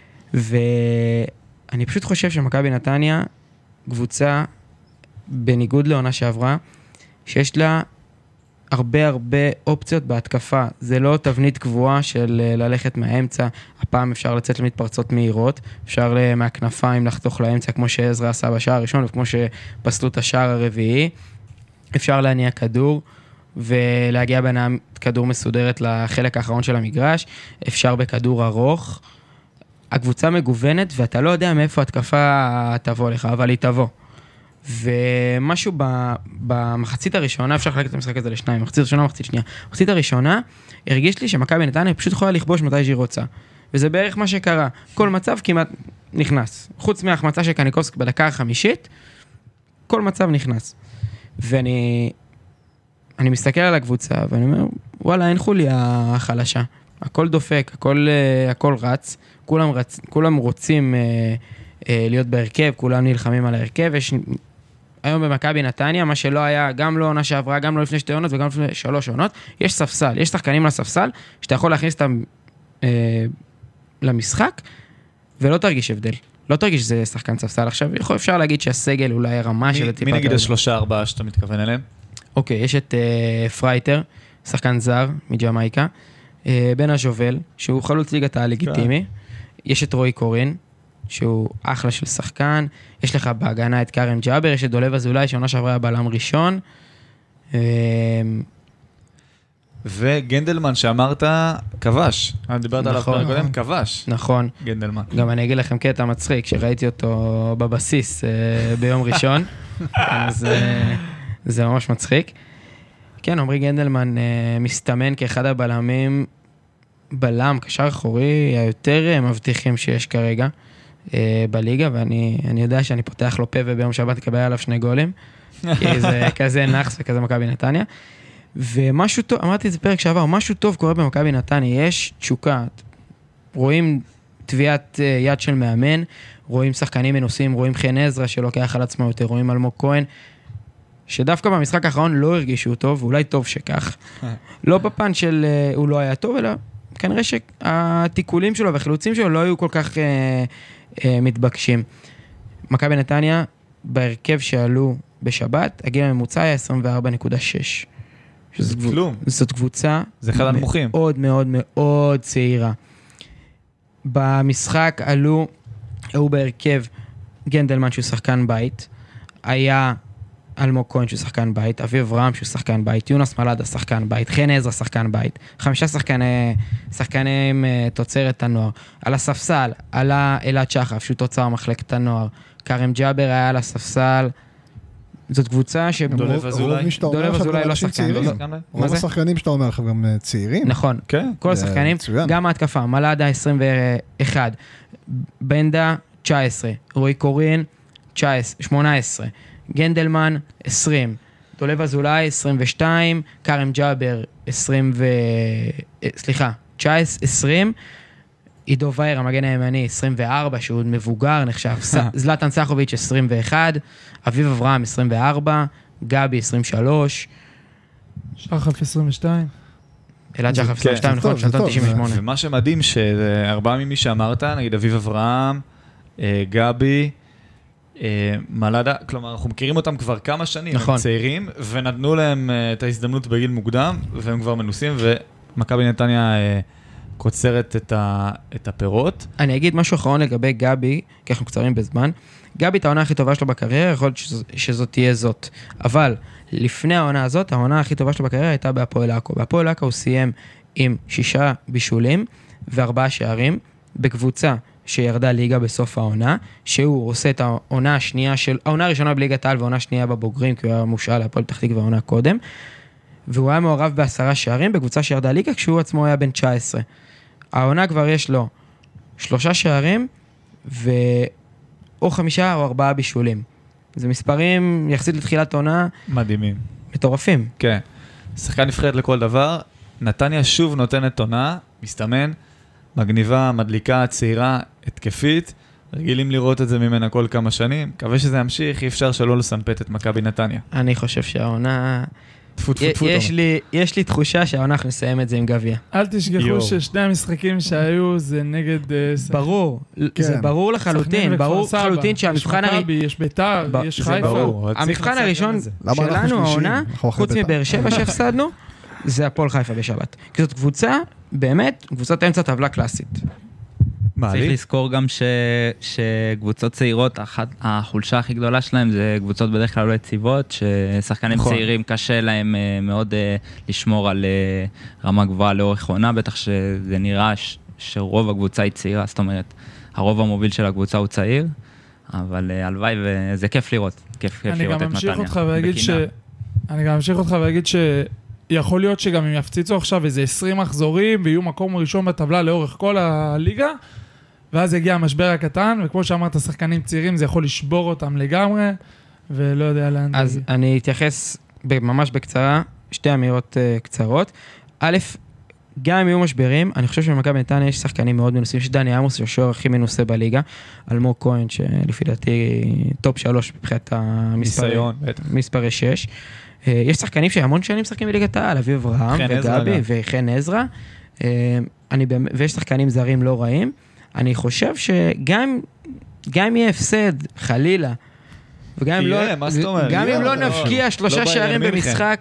ואני פשוט חושב שמכבי נתניה, קבוצה, בניגוד לעונה שעברה, שיש לה הרבה אופציות בהתקפה. זה לא תבנית קבועה של ללכת מהאמצע, הפעם אפשר לצאת למתפרצות מהירות, אפשר מהכנפיים לחתוך לאמצע, כמו שעזרא עשה בשער הראשון, וכמו שפסלו את השער הרביעי. אפשר להניע כדור, ולהגיע בינם כדור מסודרת לחלק האחרון של המגרש, אפשר בכדור ארוך. הקבוצה מגוונת, ואתה לא יודע מאיפה התקפה תבוא לך, אבל היא תבוא. ומשהו במחצית הראשונה, אפשר לחלק את המשחק הזה לשניים, מחצית ראשונה, מחצית שנייה. מחצית הראשונה, הרגיש לי שמכבי נתניה פשוט יכולה לכבוש מתי שהיא רוצה. וזה בערך מה שקרה. כל מצב כמעט נכנס. חוץ מההחמצה של קניקובסקי בדקה החמישית, כל מצב נכנס. ואני מסתכל על הקבוצה, ואני אומר, וואלה, אין חוליה חלשה. הכל דופק, הכל רץ, כולם רוצים להיות בהרכב, כולם נלחמים על ההרכב. יש היום במכבי נתניה, מה שלא היה, גם לא עונה שעברה, גם לא לפני 2 עונות וגם לפני 3 עונות, יש ספסל, יש שחקנים לספסל, שאתה יכול להכניס אותם למשחק, ולא תרגיש הבדל. לא תרגיש שזה שחקן ספסל. עכשיו, אפשר להגיד שהסגל אולי הרמה של הטיפת... מי נגיד 3-4 שאתה מתכוון אליהם? אוקיי, יש את פרייטר, שחקן זר מג'מייקה, בן הז'ובל, שהוא חלוץ ליגת הלגיטימי, יש את רועי קורין, שהוא אחלה של שחקן, יש לך בהגנה את קרם ג'אבר, יש את דולב אזולאי, שעונה שעברה הבלם ראשון, וגנדלמן שאמרת, כבש. דיברת עליו פרק קודם, כבש. נכון. גנדלמן. גם אני אגיד לכם קטע מצחיק, שראיתי אותו בבסיס ביום ראשון, אז זה ממש מצחיק. כן, עמרי גנדלמן מסתמן כאחד הבלמים, בלם, קשר אחורי, היותר מבטיחים שיש כרגע בליגה, ואני יודע שאני פותח לו פה וביום שבת אקבל עליו 2 גולים, כי זה כזה נחס וכזה מכבי נתניה. ומשהו טוב, אמרתי את זה פרק שעבר, משהו טוב קורה במכבי נתניה, יש תשוקה, רואים טביעת יד של מאמן, רואים שחקנים מנוסים, רואים חן עזרא שלוקח על עצמו יותר, רואים אלמוג כהן, שדווקא במשחק האחרון לא הרגישו טוב, ואולי טוב שכך. לא בפן של הוא לא היה טוב, אלא כנראה שהתיקולים שלו והחילוצים שלו לא היו כל כך מתבקשים. מכבי נתניה, בהרכב שעלו בשבת, הגיל הממוצע היה 24.6. כלום. זאת קבוצה זה אחד הנמוכים. מאוד מאוד מאוד צעירה. במשחק עלו בהרכב גנדלמן שהוא שחקן בית, היה אלמוג כהן שהוא שחקן בית, אביב אברהם שהוא שחקן בית, יונס מלאדה שחקן בית, חן עזרא שחקן בית, 5 שחקנים תוצרת הנוער. על הספסל עלה אלעד שחף שהוא תוצר מחלקת הנוער, קרם ג'אבר היה על הספסל. זאת קבוצה ש... דולב אזולאי לא שחקן. רוב השחקנים שאתה אומר גם צעירים. נכון, כל השחקנים, גם ההתקפה, מלאדה 21, בנדה 19, רועי קורין 18, גנדלמן 20, דולב אזולאי 22, קרם ג'אבר 20, עידו וייר, המגן הימני 24, שהוא מבוגר, נחשב, זלטן סחוביץ' 21, אביב אברהם 24, גבי 23, שחף 22. אלעד שחף 22, נכון, שנתון 98. ומה שמדהים שארבעה ממי שאמרת, נגיד אביב אברהם, גבי, מלאדה, כלומר אנחנו מכירים אותם כבר כמה שנים, נכון. הם צעירים, ונתנו להם את ההזדמנות בגיל מוקדם, והם כבר מנוסים, ומכבי נתניה קוצרת את הפירות. אני אגיד משהו אחרון לגבי גבי, כי אנחנו קצרים בזמן. גבי, את העונה הכי טובה שלו בקריירה, יכול להיות שזאת תהיה זאת. אבל לפני העונה הזאת, העונה הכי טובה שלו בקריירה הייתה בהפועל עכו. בהפועל עכו הוא סיים עם 6 בישולים ו4 שערים, בקבוצה שירדה ליגה בסוף העונה, שהוא עושה את העונה השנייה העונה הראשונה בליגת העל והעונה השנייה בבוגרים, כי הוא היה מושאל להפועל פתח תקווה והעונה קודם, והוא היה מעורב ב10 שערים בקבוצה שירדה ליגה, כשהוא עצמו היה בן 19. העונה כבר יש לו 3 שערים, או 5 או 4 בישולים. זה מספרים יחסית לתחילת עונה. מדהימים. מטורפים. כן. שחקן נבחרת לכל דבר. נתניה שוב נותנת עונה, מסתמן, מגניבה, מדליקה, צעירה, התקפית. רגילים לראות את זה ממנה כל כמה שנים. מקווה שזה ימשיך, אי אפשר שלא לסמפת את מכבי נתניה. אני חושב שהעונה... יש לי תחושה שהעונה אנחנו נסיים את זה עם גביע. אל תשכחו ששני המשחקים שהיו זה נגד... ברור, זה ברור לחלוטין, ברור לחלוטין שהמבחן... יש מכבי, יש ביתר, יש חיפה. המבחן הראשון שלנו, העונה, חוץ מבאר שבע שהפסדנו, זה הפועל חיפה בשבת. כי זאת קבוצה, באמת, קבוצת אמצע טבלה קלאסית. צריך לזכור גם שקבוצות צעירות, החולשה הכי גדולה שלהם זה קבוצות בדרך כלל לא יציבות, ששחקנים צעירים קשה להם מאוד לשמור על רמה גבוהה לאורך עונה, בטח שזה נראה שרוב הקבוצה היא צעירה, זאת אומרת, הרוב המוביל של הקבוצה הוא צעיר, אבל הלוואי וזה כיף לראות, כיף לראות את נתניה. אני גם אמשיך אותך ואגיד שיכול להיות שגם אם יפציצו עכשיו איזה 20 מחזורים ויהיו מקום ראשון בטבלה לאורך כל הליגה, ואז יגיע המשבר הקטן, וכמו שאמרת, שחקנים צעירים, זה יכול לשבור אותם לגמרי, ולא יודע לאן. אז אני אתייחס ממש בקצרה, 2 אמירות קצרות. א', גם אם יהיו משברים, אני חושב שבמכבי נתניה יש שחקנים מאוד מנוסים, שדני עמוס, השוער הכי מנוסה בליגה, אלמוג כהן, שלפי דעתי טופ 3 מבחינת מספרי 6. יש שחקנים שהמון שנים משחקים בליגת העל, אביב אברהם וגבי וחן עזרא, ויש שחקנים זרים לא רעים. אני חושב שגם אם יהיה הפסד, חלילה, וגם אם לא נפקיע 3 שערים במשחק,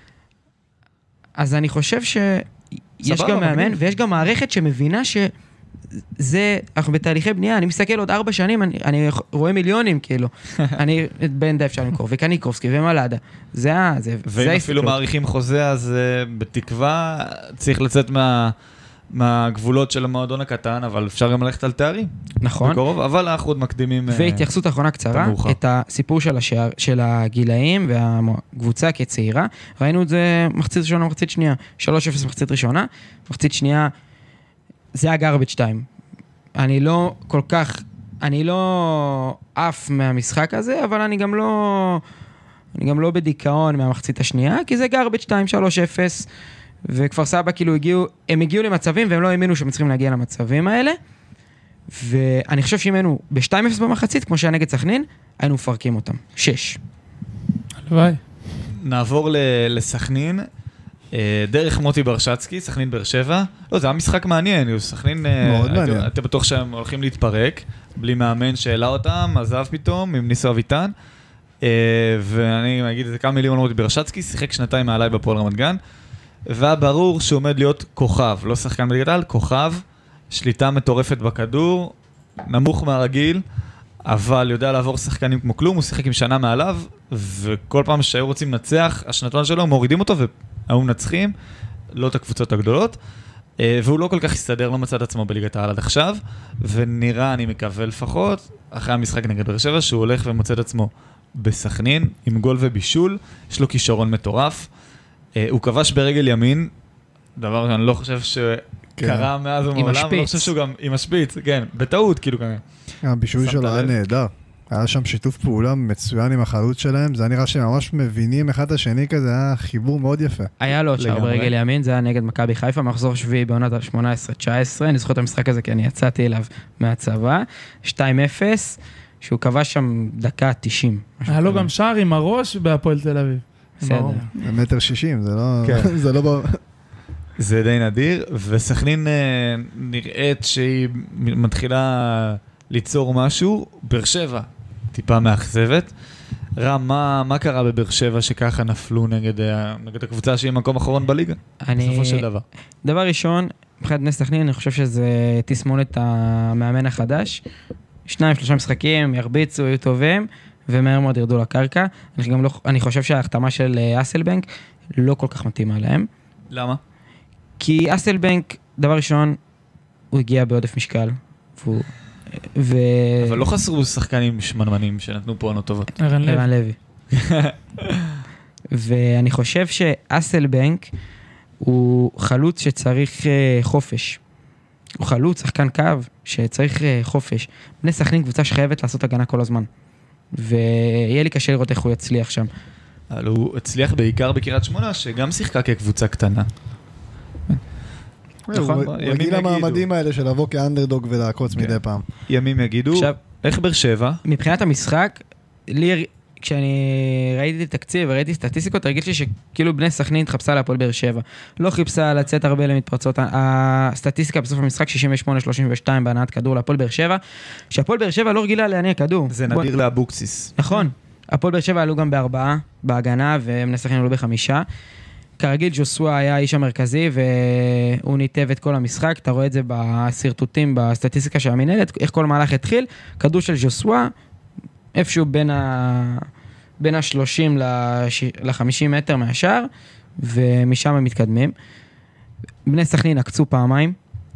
אז אני חושב שיש גם מאמן, ויש גם מערכת שמבינה זה, אנחנו בתהליכי בנייה, אני מסתכל עוד 4 שנים, אני רואה מיליונים, כאילו. אני, את בנדה אפשר למכור, וקניקובסקי ומלאדה. זה ואם אפילו מעריכים חוזה, אז בתקווה צריך לצאת מהגבולות של המועדון הקטן, אבל אפשר גם ללכת על תארים. נכון. בקרוב, אבל אנחנו עוד מקדימים... והתייחסות האחרונה קצרה, את הסיפור של הגילאים והקבוצה כצעירה, ראינו את זה מחצית ראשונה, מחצית שנייה, 3-0 מחצית ראשונה, מחצית שנייה, זה הגרבג' 2. אני לא עף מהמשחק הזה, אבל אני גם לא בדיכאון מהמחצית השנייה, כי זה גרבג' 2, 3-0, וכפר סבא כאילו הם הגיעו למצבים, והם לא האמינו שהם צריכים להגיע למצבים האלה, ואני חושב שאם היינו ב-2-0 במחצית, כמו שהיה נגד סכנין, היינו מפרקים אותם. 6. הלוואי. נעבור לסכנין, דרך מוטי ברשצקי, סכנין באר שבע. לא, זה היה משחק מעניין, סכנין... מאוד מעניין. אתם בטוח שהם הולכים להתפרק, בלי מאמן שהעלה אותם, עזב פתאום, עם ניסו אביטן. ואני אגיד את זה כמה מילים על מוטי ברשצקי, שיחק 2 מעליי בפועל רמת גן, והיה ברור שהוא עומד להיות כוכב, לא שחקן בליגת העל, כוכב, שליטה מטורפת בכדור, נמוך מהרגיל, אבל יודע לעבור שחקנים כמו כלום, הוא שיחק עם שנה מעליו, וכל פעם שהיו רוצים לנצח, השנתון שלו, מורידים אותו והיו מנצחים, לא את הקבוצות הגדולות, והוא לא כל כך הסתדר, לא מצא את עצמו בליגת העל עד עכשיו, ונראה, אני מקווה לפחות, אחרי המשחק נגד באר שבע, שהוא הולך ומוצא את עצמו בסכנין, עם גול ובישול, יש לו כישרון מטורף, הוא כבש ברגל ימין, דבר שאני לא חושב שקרה מאז ומעולם, לא חושב שהוא גם עם השפיץ, כן, בטעות, כאילו כנראה. הבישול שלו היה נהדר. היה שם שיתוף פעולה מצוין עם החלוץ שלהם, זה היה נראה שהם ממש מבינים אחד השני כזה, היה חיבור מאוד יפה. היה לו עוד שער ברגל ימין, זה היה נגד מכבי חיפה, מחזור שביעי בעונת 18-19, אני זוכר את המשחק הזה כי אני יצאתי אליו מהצבא, 2-0, שהוא כבש שם דקה 90. היה לו גם שער עם הראש בהפועל תל אביב. בסדר. זה 1.60 מטר, זה לא... זה די נדיר, וסכנין נראית שהיא מתחילה ליצור משהו, באר שבע טיפה מאכזבת. רם, מה קרה בבאר שבע שככה נפלו נגד הקבוצה שהיא מקום אחרון בליגה? בסופו של דבר. דבר ראשון, מבחינת בני סכנין, אני חושב שזה תסמונת המאמן החדש. 2-3 משחקים, ירביצו, יהיו טובים, ומהר מאוד ירדו לקרקע. אני חושב שההחתמה של אסלבנק לא כל כך מתאימה להם. למה? כי אסלבנק, דבר ראשון, הוא הגיע בעודף משקל, אבל לא חסרו שחקנים שמנמנים שנתנו פה עונות טובות. ערן לוי. ואני חושב שאסלבנק הוא חלוץ שצריך חופש. הוא חלוץ, שחקן קו, שצריך חופש. בני סכנין קבוצה שחייבת לעשות הגנה כל הזמן. ויהיה לי קשה לראות איך הוא יצליח שם. אבל הוא הצליח בעיקר בקריית שמונה, שגם שיחקה כקבוצה קטנה. הוא רגיל למעמדים האלה של לבוא כאנדרדוג ולעקוץ מדי פעם. ימים יגידו, איך באר שבע? מבחינת המשחק, כשאני ראיתי את התקציב וראיתי סטטיסטיקות, הרגיש לי שכאילו בני סכנין התחפשה להפועל באר שבע. לא חיפשה לצאת הרבה למתפרצות. הסטטיסטיקה בסוף המשחק 68-32 בהנעת כדור להפועל באר שבע, שהפועל באר שבע לא רגילה להניע כדור. זה נדיר לאבוקסיס. נכון. הפועל באר שבע עלו גם ב4 בהגנה, ובני סכנין עלו ב5. כרגיל ג'וסווה היה האיש המרכזי, והוא ניתב את כל המשחק. אתה רואה את זה בסרטוטים, בסטטיסטיקה של המנהלת, איך כל מהלך התחיל. כדור של ג'וסווה, איפשהו בין ה-30 ל-50 מטר מהשאר, ומשם הם מתקדמים. בני סכנין עקצו פעמיים,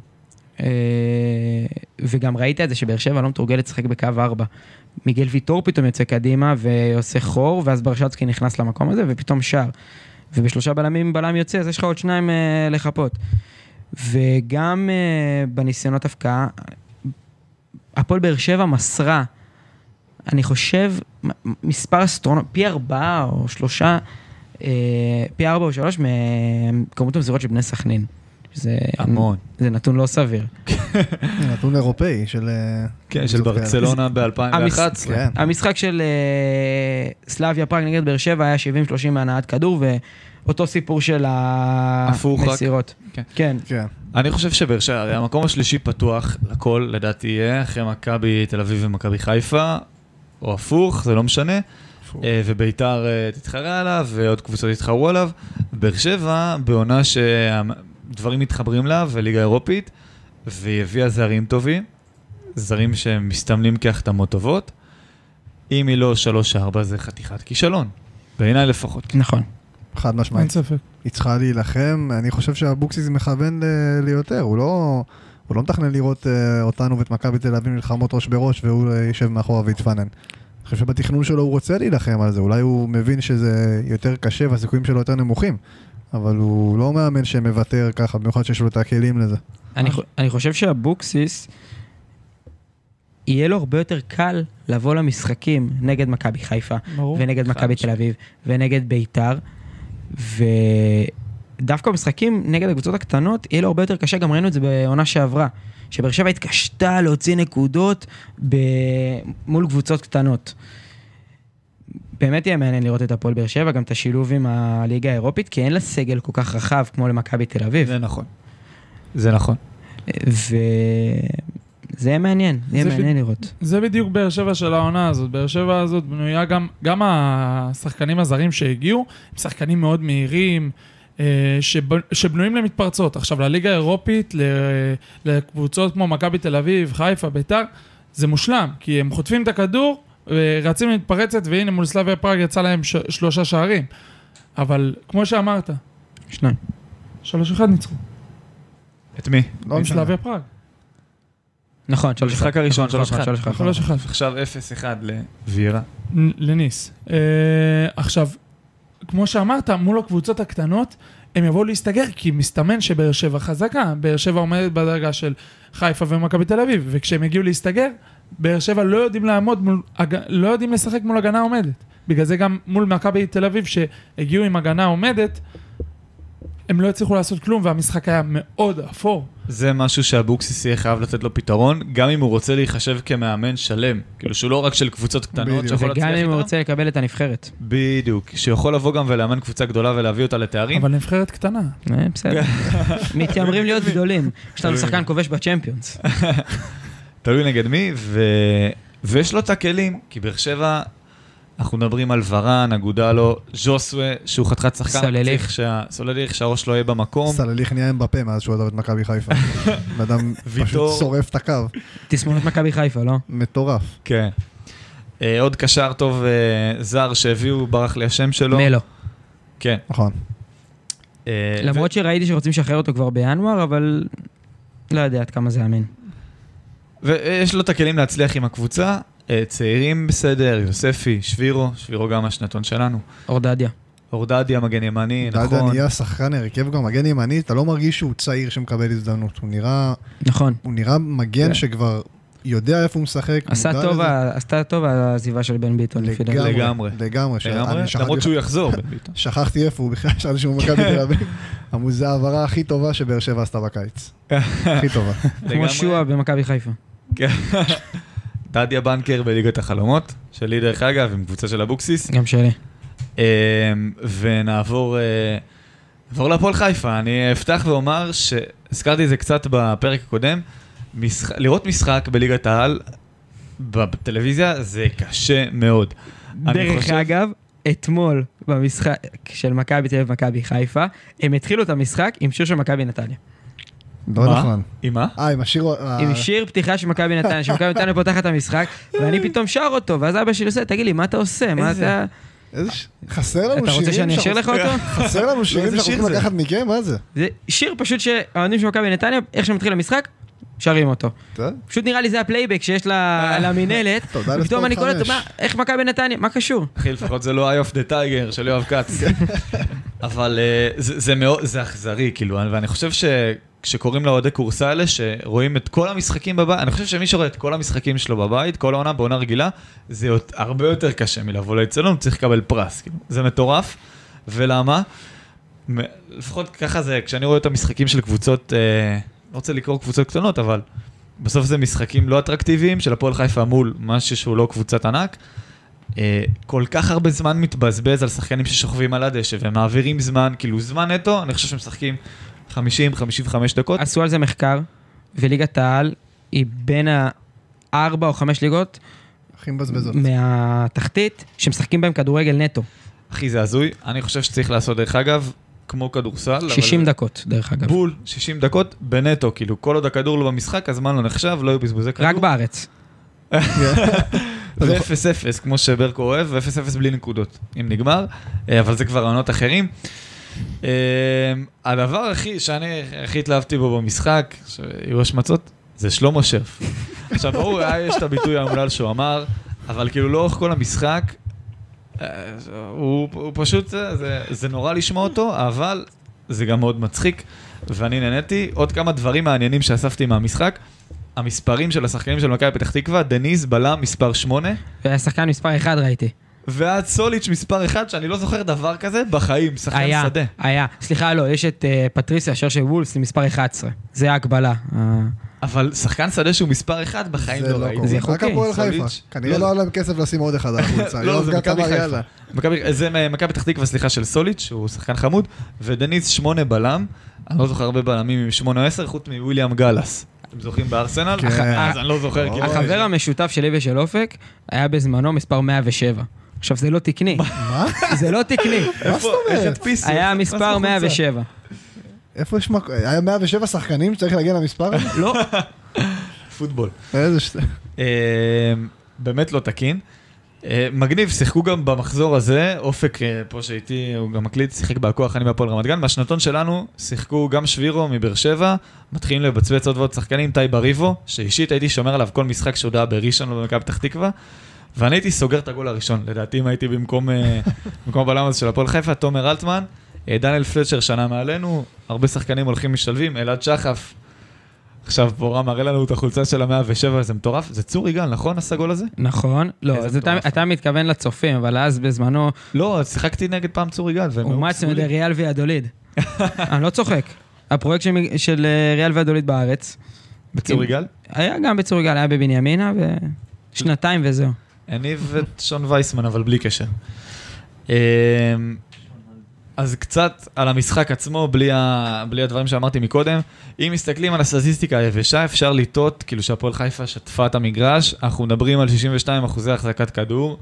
וגם ראית את זה שבאר שבע לא מתורגלת לשחק בקו 4. מיגל ויטור פתאום יוצא קדימה ועושה חור, ואז ברשצקי נכנס למקום הזה, ופתאום שער. ובשלושה בלמים בלם יוצא, אז יש לך עוד 2 לחפות. וגם בניסיונות הפקעה, הפועל באר שבע מסרה, אני חושב, מספר אסטרונומי, פי 4 או 3, פי 4 או 3 מכמות המסירות של בני סכנין. זה המון. זה נתון לא סביר. נתון אירופאי של... כן, של ברצלונה ב-2011. המשחק של סלאביה פראג נגד באר שבע היה 70-30 מהנעת כדור, ואותו סיפור של המסירות. כן. אני חושב שבאר שבע, המקום השלישי פתוח, הכל לדעתי יהיה, אחרי מכבי תל אביב ומכבי חיפה, או הפוך, זה לא משנה. וביתר תתחרה עליו, ועוד קבוצות תתחרו עליו. באר שבע, בעונה שדברים מתחברים לה, וליגה אירופית, והיא הביאה זרים טובים, זרים שמסתמנים כהחתמות טובות. אם היא לא 3-4 זה חתיכת כישלון, בעיניי לפחות. נכון. חד אין משמעית. ספק. היא צריכה להילחם, אני חושב שהבוקסיס מכוון ליותר, הוא לא מתכנן לראות אותנו ואת מכבי תל אביב מלחמות ראש בראש, והוא יישב מאחורה ויתפנן. אני חושב שבתכנון שלו הוא רוצה להילחם על זה, אולי הוא מבין שזה יותר קשה והסיכויים שלו יותר נמוכים, אבל הוא לא מאמן שמוותר ככה, במיוחד שיש לו את הכלים לזה. אני חושב שהבוקסיס, יהיה לו הרבה יותר קל לבוא למשחקים נגד מכבי חיפה, ברור. ונגד מכבי תל אביב, ונגד ביתר, ודווקא במשחקים נגד הקבוצות הקטנות, יהיה לו הרבה יותר קשה, גם ראינו את זה בעונה שעברה, שבאר שבע התקשתה להוציא נקודות מול קבוצות קטנות. באמת יהיה מעניין לראות את הפועל באר שבע, גם את השילוב עם הליגה האירופית, כי אין לה סגל כל כך רחב כמו למכבי תל אביב. זה נכון. זה נכון. זה יהיה מעניין, יהיה מעניין לראות. זה בדיוק באר שבע של העונה הזאת. באר שבע הזאת בנויה גם השחקנים הזרים שהגיעו, הם שחקנים מאוד מהירים, שבנויים למתפרצות. עכשיו, לליגה האירופית, לקבוצות כמו מכבי תל אביב, חיפה, ביתר, זה מושלם, כי הם חוטפים את הכדור, ורצים להתפרצת, והנה מול סלאביה פראג יצא להם 3 שערים. אבל כמו שאמרת, 2-1 ניצחו. את מי? לא משנה. סלאביה פראג. נכון, 3-1. המשחק הראשון, 3-1. 3-1. עכשיו 0-1 לווירה. לניס. עכשיו, כמו שאמרת, מול הקבוצות הקטנות, הם יבואו להסתגר, כי מסתמן שבאר שבע חזקה. באר שבע עומדת בדרגה של חיפה ומכבי תל אביב, וכשהם הגיעו להסתגר, באר שבע לא יודעים לשחק מול הגנה עומדת. בגלל זה גם מול מכבי תל אביב, שהגיעו עם הגנה עומדת, הם לא הצליחו לעשות כלום, והמשחק היה מאוד אפור. זה משהו שהבוקסיס יהיה חייב לתת לו פתרון, גם אם הוא רוצה להיחשב כמאמן שלם. כאילו שהוא לא רק של קבוצות קטנות שיכול להצליח וגם איתם. אם הוא רוצה לקבל את הנבחרת. בדיוק, שיכול לבוא גם ולאמן קבוצה גדולה ולהביא אותה לתארים. אבל נבחרת קטנה. בסדר. מתיימרים להיות גדולים. יש לנו שחקן כובש בצ'מפיונס. תלוי נגד מי, ויש לו את הכלים, כי באר שבע, אנחנו מדברים על ורן, אגודלו, ז'וסווה, שהוא חתיכת שחקן. סולליך, שהראש לא יהיה במקום. סלליך נהיה מבפה מאז שהוא עזב את מכבי חיפה. אדם פשוט שורף את הקו. תסמונת מכבי חיפה, לא? מטורף. כן. עוד קשר טוב זר שהביאו, ברח לי השם שלו. מלו. כן. נכון. למרות שראיתי שרוצים לשחרר אותו כבר בינואר, אבל לא יודע עד כמה זה אמין. ויש לו את הכלים להצליח עם הקבוצה. צעירים בסדר, יוספי, שבירו גם השנתון שלנו. אורדדיה, מגן ימני, נכון. אורדדיה נהיה שחקן הרכב גם מגן ימני, אתה לא מרגיש שהוא צעיר שמקבל הזדמנות, הוא נראה... נכון. הוא נראה מגן שכבר יודע איפה הוא משחק. עשתה טוב העזיבה של בן ביטון. לגמרי. למרות שהוא יחזור, בן ביטון. שכחתי איפה הוא בכלל, שאלתי שהוא מכבי תל אביב. אמרו, זה העברה הכי טובה שבאר שבע עשתה בקיץ. הכי טובה. כמו שועה במכבי חיפה. דדיה בנקר בליגת החלומות, שלי דרך אגב, עם קבוצה של אבוקסיס. גם שלי. ונעבור לפועל חיפה. אני אפתח ואומר שהזכרתי את זה קצת בפרק הקודם, לראות משחק בליגת העל בטלוויזיה זה קשה מאוד. דרך אגב, אתמול במשחק של מכבי תל אביב ומכבי חיפה, הם התחילו את המשחק עם שיר של מכבי נתניה. לא נכון. עם מה? עם השיר... עם שיר פתיחה של מכבי נתניה, שמכבי נתניה פותחת את המשחק, ואני פתאום שר אותו, ואז אבא שלי עושה, תגיד לי, מה אתה עושה? מה אתה... חסר לנו שירים. אתה רוצה שאני אשאיר לך אותו? חסר לנו שירים שאנחנו רוצים לקחת מכם, מה זה? זה שיר פשוט שהאוהדים של מכבי נתניה, איך שמתחיל המשחק, שרים אותו. פשוט נראה לי זה הפלייבק שיש למנהלת, ופתאום אני קולט, איך מכבי נתניה, מה קשור? אחי, לפחות זה לא Eye of the Tiger של יואב כץ. אבל זה אכזרי, כאילו, ואני חושב כשקוראים לאוהדי קורס האלה, שרואים את כל המשחקים בבית, אני חושב שמי שרואה את כל המשחקים שלו בבית, כל העונה בעונה רגילה, זה הרבה יותר קשה מלבוא לאצטדיון, צריך לקבל פרס, כאילו. זה מטורף. ולמה? לפחות ככה זה, כשאני רואה את המשחקים של קבוצות, לא רוצה לקרוא קבוצות קטנות, אבל בסוף זה משחקים לא אטרקטיביים, של הפועל חיפה מול משהו שהוא לא קבוצת ענק. כל כך הרבה זמן מתבזבז על שחקנים ששוכבים על הדשא, ומעבירים זמן, כאילו זמן נטו, אני חושב שמשחקים 50-55 דקות. עשו על זה מחקר, וליגת העל היא בין 4 או 5 ליגות הכי מבזבזות. מהתחתית, שמשחקים בהם כדורגל נטו. אחי, זה הזוי. אני חושב שצריך לעשות, דרך אגב, כמו כדורסל. 60 דקות, דרך אגב. בול, 60 דקות בנטו, כאילו, כל עוד הכדור לא במשחק, הזמן לא נחשב, לא יהיו בזבוזי כדור. רק בארץ. ו-0-0, כמו שברקו אוהב, ו-0-0 בלי נקודות, אם נגמר, אבל זה כבר רעיונות אחרים. הדבר שאני הכי התלהבתי בו במשחק, שיהיו השמצות, זה שלמה שרף. עכשיו, ברור, יש את הביטוי האומלל שהוא אמר, אבל כאילו לאורך כל המשחק, הוא פשוט, זה נורא לשמוע אותו, אבל זה גם מאוד מצחיק, ואני נהניתי. עוד כמה דברים מעניינים שאספתי מהמשחק, המספרים של השחקנים של מכבי פתח תקווה, דניס בלם מספר 8. והשחקן מספר 1 ראיתי. ועד סוליץ' מספר 1, שאני לא זוכר דבר כזה בחיים, שחקן שדה. היה. סליחה, לא, יש את פטריסיה, השוער של וולס, מספר 11. זה ההקבלה. אבל שחקן שדה שהוא מספר 1 בחיים לא ראיתי. זה רק חוקי. הפועל חיפה. כנראה לא היה להם כסף לשים עוד אחד החוצה. לא, זה מכבי חיפה. זה מכבי פתח תקווה, סליחה, של סוליץ', שהוא שחקן חמוד, ודניס 8 בלם, אני לא זוכר הרבה בלמים עם 8 או 10, חוץ מוויליאם גלס. אתם זוכרים בארסנל? אז אני לא זוכר. החבר המשותף שלי ושל אופק היה בזמנו מספר 107. עכשיו זה לא תקני. מה? זה לא תקני. מה זאת אומרת? היה מספר 107. איפה יש מקום? היה 107 שחקנים שצריך להגיע למספר? לא. פוטבול. איזה באמת לא תקין. מגניב, שיחקו גם במחזור הזה, אופק פה שהייתי, הוא גם מקליט, שיחק בהכוח אני בהפועל רמת גן, מהשנתון שלנו שיחקו גם שבירו מבאר שבע, מתחילים לבצבץ עוד ועוד שחקנים, טי בריבו, שאישית הייתי שומר עליו כל משחק שהודעה בראשון ובמכבי פתח תקווה, ואני הייתי סוגר את הגול הראשון, לדעתי אם הייתי במקום הבלם הזה של הפועל חיפה, תומר אלטמן, דניאל פלצ'ר שנה מעלינו, הרבה שחקנים הולכים משתלבים, אלעד שחף, עכשיו בורא מראה לנו את החולצה של ה-107, זה מטורף, זה צור יגאל, נכון הסגול הזה? נכון, לא, אתה מתכוון לצופים, אבל אז בזמנו... לא, שיחקתי נגד פעם צור יגאל. אומץ מדי ריאל ויאדוליד. אני לא צוחק. הפרויקט של ריאל ויאדוליד בארץ. בצור יגאל? היה גם בצור יגאל, היה בבנימינה, ושנתיים וזהו. הניב את שון וייסמן, אבל בלי קשר. אז קצת על המשחק עצמו, בלי הדברים שאמרתי מקודם. אם מסתכלים על הסטטיסטיקה היבשה, אפשר לטעות, כאילו שהפועל חיפה שטפה את המגרש, אנחנו מדברים על 62% החזקת כדור,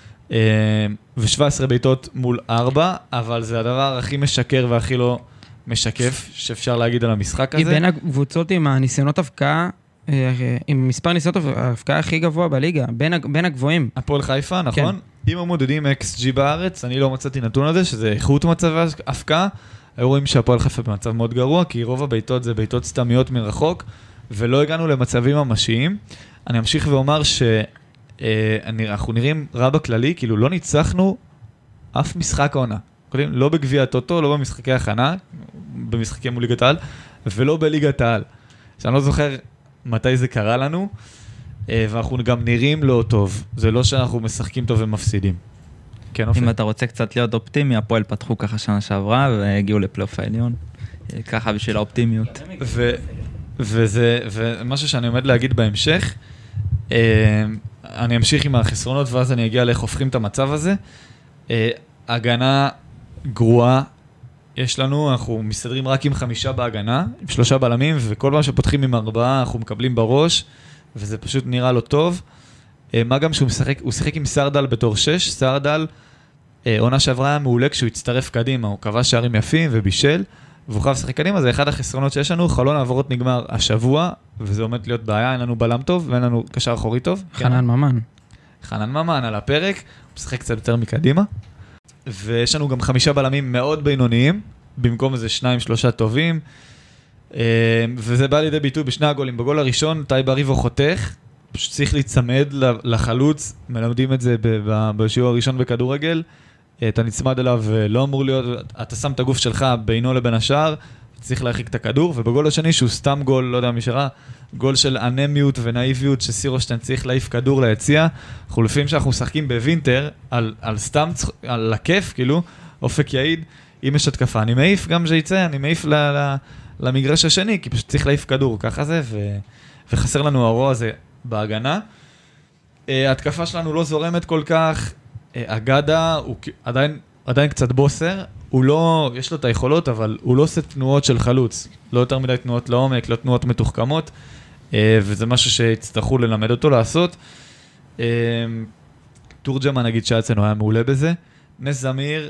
ו17 בעיטות מול 4, אבל זה הדבר הכי משקר והכי לא משקף, שאפשר להגיד על המשחק הזה. היא בין הקבוצות עם הניסיונות הפקעה, עם מספר ניסיונות ההפקעה הכי גבוה בליגה, בין הגבוהים. הפועל חיפה, נכון? אם המודדים XG בארץ, אני לא מצאתי נתון הזה, שזה איכות מצב ההפקעה, היו רואים שהפועל חיפה במצב מאוד גרוע, כי רוב הבעיטות זה בעיטות סתמיות מרחוק, ולא הגענו למצבים ממשיים. אני אמשיך ואומר שאנחנו נראים רע בכללי, כאילו לא ניצחנו אף משחק העונה. לא בגביע הטוטו, לא במשחקי הכנה, במשחקי מול ליגת העל, ולא בליגת העל. שאני לא זוכר מתי זה קרה לנו, ואנחנו גם נראים לא טוב. זה לא שאנחנו משחקים טוב ומפסידים. כן, אופן. אם אתה רוצה קצת להיות אופטימי, הפועל פתחו ככה שנה שעברה, והגיעו לפלייאוף העליון. ככה בשביל האופטימיות. ומשהו שאני עומד להגיד בהמשך, אני אמשיך עם החסרונות, ואז אני אגיע לאיך הופכים את המצב הזה. הגנה גרועה, יש לנו, אנחנו מסתדרים רק עם 5 בהגנה, עם 3 בלמים, וכל פעם שפותחים עם 4, אנחנו מקבלים בראש, וזה פשוט נראה לא טוב. מה גם שהוא שיחק עם סרדל בתור 6, סרדל, עונה שעברה היה מעולה כשהוא הצטרף קדימה, הוא קבע שערים יפים ובישל, והוא חייב לשחק קדימה, זה אחד החסרונות שיש לנו, חלון העברות נגמר השבוע, וזה עומד להיות בעיה, אין לנו בלם טוב, ואין לנו קשר אחורי טוב. חנן ממן. חנן ממן על הפרק, הוא משחק קצת יותר מקדימה, ויש לנו גם 5 בלמים מאוד בינוניים, במקום איזה 2-3 טובים, וזה בא לידי ביטוי בשני הגולים. בגול הראשון, טי בריבו חותך, פשוט צריך להצמד לחלוץ, מלמדים את זה בשיעור הראשון בכדורגל, אתה נצמד אליו, לא אמור להיות, אתה שם את הגוף שלך בינו לבין השאר, צריך להרחיק את הכדור, ובגול השני שהוא סתם גול, לא יודע מי שראה, גול של אנמיות ונאיביות, שסירושטיין צריך להעיף כדור ליציאה, אנחנו לפעמים שאנחנו משחקים בווינטר, על סתם, על הכיף, כאילו, אופק יעיד, אם יש התקפה, אני מעיף גם שיצא, אני מעיף למגרש השני, כי פשוט צריך להעיף כדור, ככה זה, וחסר לנו הרוע הזה בהגנה. התקפה שלנו לא זורמת כל כך, אגדה הוא עדיין קצת בוסר, הוא לא, יש לו את היכולות, אבל הוא לא עושה תנועות של חלוץ, לא יותר מדי תנועות לעומק, לא תנועות מתוחכמות, וזה משהו שהצטרכו ללמד אותו לעשות. תורג'מן נגיד שעצנו היה מעולה בזה, נס זמיר,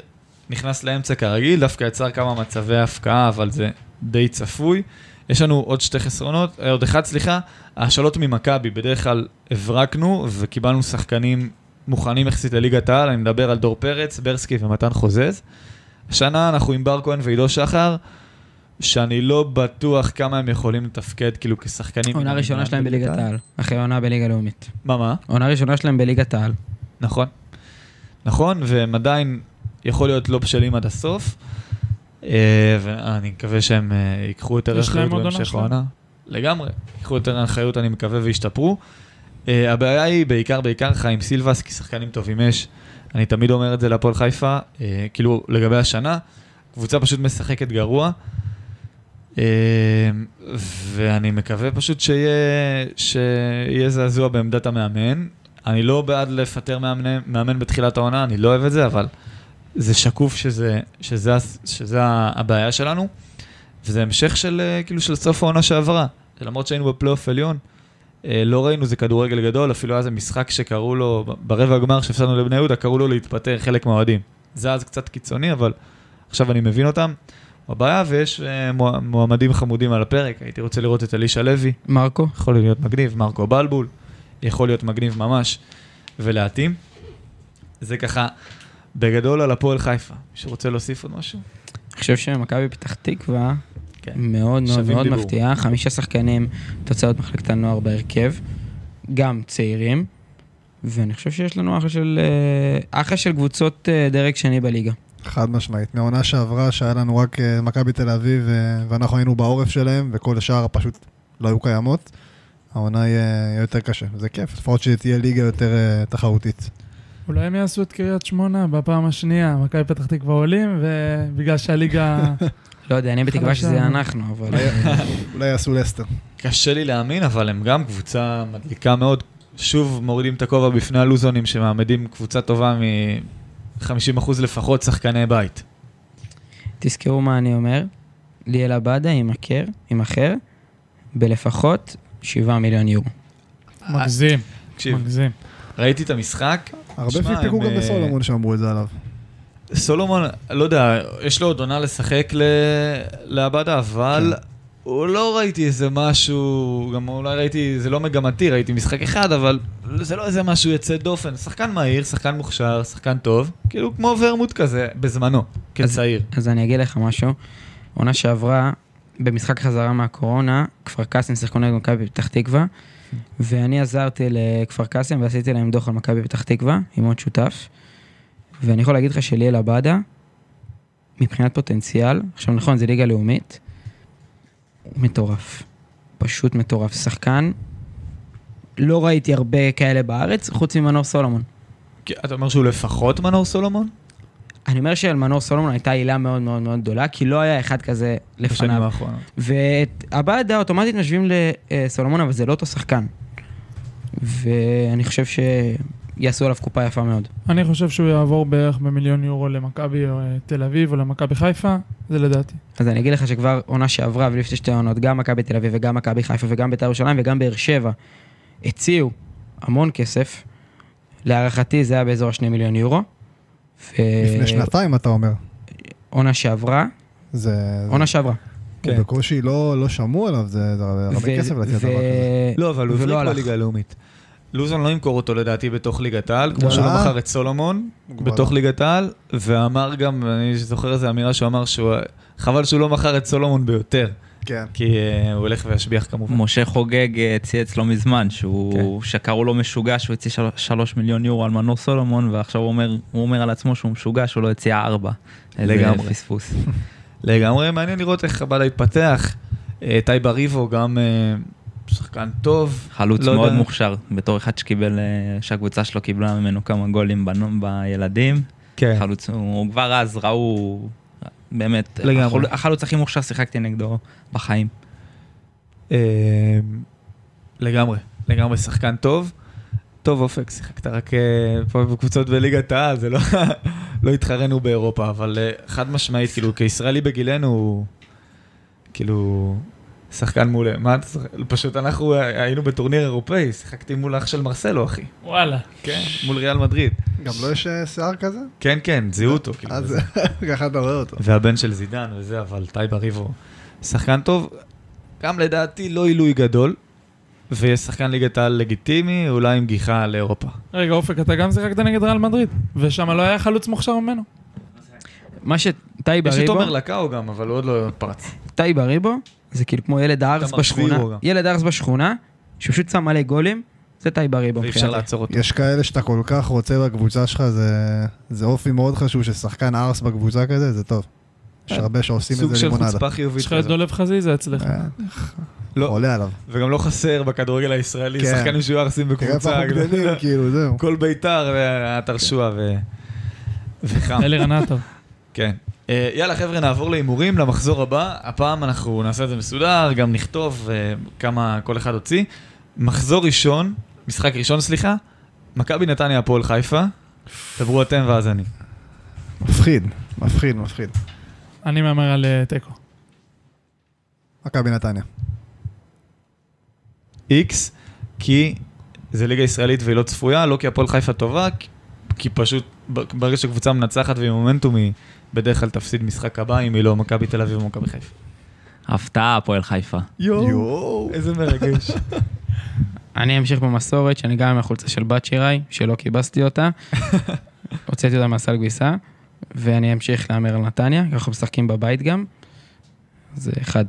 נכנס לאמצע כרגיל, דווקא יצר כמה מצבי הפקעה, אבל זה די צפוי. יש לנו עוד שתי חסרונות, עוד אחד, סליחה, השאלות ממכבי, בדרך כלל הברקנו וקיבלנו שחקנים מוכנים יחסית לליגת העל, אני מדבר על דור פרץ, ברסקי ומתן חוזז. השנה אנחנו עם בר כהן ועידו שחר, שאני לא בטוח כמה הם יכולים לתפקד כאילו כשחקנים. עונה ראשונה שלהם בליגת העל, אחרי עונה בליגה לאומית. מה? עונה ראשונה שלהם בליגת העל. נכון. נכון, והם עדיין יכול להיות לא בשלים עד הסוף, ואני מקווה שהם ייקחו יותר אחריות בהמשך העונה. לגמרי, ייקחו יותר אחריות, אני מקווה, וישתפרו. הבעיה היא בעיקר חיים סילבס, כי שחקנים טובים יש. אני תמיד אומר את זה להפועל חיפה, כאילו לגבי השנה, קבוצה פשוט משחקת גרוע, ואני מקווה פשוט שיהיה זעזוע בעמדת המאמן. אני לא בעד לפטר מאמן בתחילת העונה, אני לא אוהב את זה, אבל זה שקוף שזה הבעיה שלנו, וזה המשך של סוף העונה שעברה. למרות שהיינו בפלייאוף עליון, לא ראינו זה כדורגל גדול, אפילו היה זה משחק שקראו לו, ברבע הגמר שהפסדנו לבני יהודה, קראו לו להתפטר חלק מהאוהדים. זה אז קצת קיצוני, אבל עכשיו אני מבין אותם. הבעיה, ויש מועמדים חמודים על הפרק, הייתי רוצה לראות את אלישע לוי. מרקו? יכול להיות מגניב, מרקו בלבול, יכול להיות מגניב ממש, ולהתאים. זה ככה, בגדול על הפועל חיפה. מישהו רוצה להוסיף עוד משהו? אני חושב שמכבי פתח תקווה מאוד מאוד מאוד מפתיעה, 5 שחקנים תוצאות מחלקת הנוער בהרכב, גם צעירים, ואני חושב שיש לנו אחלה של קבוצות דרג שני בליגה. חד משמעית. מהעונה שעברה שהיה לנו רק מכבי תל אביב ואנחנו היינו בעורף שלהם וכל השאר פשוט לא היו קיימות. העונה יהיה יותר קשה. זה כיף, לפחות שתהיה ליגה יותר תחרותית. אולי הם יעשו את קריית שמונה בפעם השנייה. מכבי פתח תקווה עולים ובגלל שהליגה... לא יודע, אני בתקווה שזה אנחנו, אבל... אולי יעשו לסטר. קשה לי להאמין, אבל הם גם קבוצה מדליקה מאוד. שוב מורידים את הכובע בפני הלוזונים שמעמדים קבוצה טובה מ-50% לפחות שחקני בית. תזכרו מה אני אומר, ליאל עבדה עם אחר, בלפחות 7 מיליון יורו. מגזים, מגזים. ראיתי את המשחק. הרבה פיפיקו גם בסולומון שאמרו את זה עליו. סולומון, לא יודע, יש לו עוד עונה לשחק לעבדה, אבל הוא לא ראיתי איזה משהו, גם אולי ראיתי, זה לא מגמתי, ראיתי משחק אחד, אבל זה לא איזה משהו יצא דופן. שחקן מהיר, שחקן מוכשר, שחקן טוב, כאילו כמו ורמוט כזה, בזמנו, כצעיר. אז אני אגיד לך משהו. עונה שעברה, במשחק חזרה מהקורונה, כפר קאסם שיחקו נגד מכבי פתח תקווה, ואני עזרתי לכפר קאסם ועשיתי להם דוח על מכבי פתח תקווה, עם עוד שותף. ואני יכול להגיד לך שליאל עבדה, מבחינת פוטנציאל, עכשיו נכון, זה ליגה לאומית, מטורף. פשוט מטורף. שחקן, לא ראיתי הרבה כאלה בארץ, חוץ ממנור סולומון. אתה אומר שהוא לפחות מנור סולומון? אני אומר שעל מנור סולומון הייתה עילה מאוד מאוד מאוד גדולה, כי לא היה אחד כזה לפניו. ועבדה אוטומטית משווים לסולומון, אבל זה לא אותו שחקן. ואני חושב יעשו עליו קופה יפה מאוד. אני חושב שהוא יעבור בערך במיליון יורו למכבי תל אביב או למכבי חיפה, זה לדעתי. אז אני אגיד לך שכבר עונה שעברה ולפני 2 עונות, גם מכבי תל אביב וגם מכבי חיפה וגם בית"ר ירושלים וגם באר שבע, הציעו המון כסף, להערכתי זה היה באזור 2 מיליון יורו. לפני 2 אתה אומר. עונה שעברה. עונה שעברה. בקושי לא שמעו עליו, זה הרבה כסף להציע דבר כזה. לא, אבל הוא הבריק בליגה הלאומית. לוזון לא ימכור אותו לדעתי בתוך ליגת העל, כמו שהוא מכר את סולומון בתוך ליגת העל, ואמר גם, אני זוכר איזו אמירה שהוא אמר חבל שהוא לא מכר את סולומון ביותר, כי הוא הולך וישביח כמובן. משה חוגג צייץ לא מזמן, שקראו לו משוגע, שהוא הציע 3 מיליון יורו על מנור סולומון, ועכשיו הוא אומר על עצמו שהוא משוגע, שהוא לא הציע 4. לגמרי. פספוס. לגמרי, מעניין לראות איך הבא להתפתח. טי בריבו גם שחקן טוב. חלוץ מאוד מוכשר, בתור אחד שהקבוצה שלו קיבלה ממנו כמה גולים בילדים. חלוץ, הוא כבר אז ראו, באמת, החלוץ הכי מוכשר שיחקתי נגדו בחיים. לגמרי, לגמרי שחקן טוב. טוב אופק, שיחקת רק פה בקבוצות בליגת העל, זה לא התחרנו באירופה, אבל חד משמעית, כאילו, כישראלי בגילנו, כאילו, שחקן מעולה. מה, פשוט אנחנו היינו בטורניר אירופאי, שיחקתי מול אח של מרסלו, אחי. וואלה. כן, מול ריאל מדריד. גם לא יש שיער כזה? כן, כן, זיהו אותו. כאילו, אז וזה. ככה אתה רואה אותו. והבן של זידן וזה, אבל טייב אריבו שחקן טוב, גם לדעתי לא עילוי גדול, ויש שחקן ליגת העל לגיטימי, אולי עם גיחה לאירופה. רגע, אופק, אתה גם שיחקת נגד ריאל מדריד, ושם לא היה חלוץ מוכשר ממנו. מה שטייב יש את אריבו, עומר לקאו גם, אבל הוא עוד לא פרץ. טייב אריבו, זה כאילו כמו ילד הארס תמר בשכונה. שבירו גם. ילד הארס בשכונה, שפשוט שם מלא גולים, זה טייב אריבו. ואי אפשר מבחינתי. לעצור אותו. יש כאלה שאתה כל כך רוצה בקבוצה שלך, זה אופי מאוד חשוב ששחקן ארס בקבוצה כזה, זה טוב. יש הרבה שעושים את סוג זה של לימונדה. חוצפה חיובית יש לך את כזאת. דולב חזיזה אצלך. לא. עולה עליו. וגם לא חסר בכדורגל הישראלי, כן. שחקנים שיהיו ארסים תראה איפה בקבוצה. אנחנו גדלים, כאילו, זהו. כל ביתר והתרשוע וחם. אלי רנטו. כן. יאללה חבר'ה, נעבור להימורים למחזור הבא. הפעם אנחנו נעשה את זה מסודר, גם נכתוב כמה כל אחד הוציא. מחזור ראשון, משחק ראשון סליחה, מכבי נתניה הפועל חיפה. דברו אתם ואז אני. מפחיד, מפחיד, מפחיד. אני מאמר על תיקו. מכבי נתניה. איקס, כי זה ליגה ישראלית והיא לא צפויה, לא כי הפועל חיפה טובה, כי פשוט ברגע שקבוצה מנצחת ועם מומנטום היא בדרך כלל תפסיד משחק הבא, אם היא לא מכבי תל אביב ומכבי חיפה. הפתעה, הפועל חיפה. יואו, איזה מרגש. אני אמשיך במסורת שאני גם עם החולצה של בת שיראי, שלא קיבסתי אותה. הוצאתי אותה מהסל כביסה, ואני אמשיך להמר על נתניה, כי אנחנו משחקים בבית גם. זה אחד.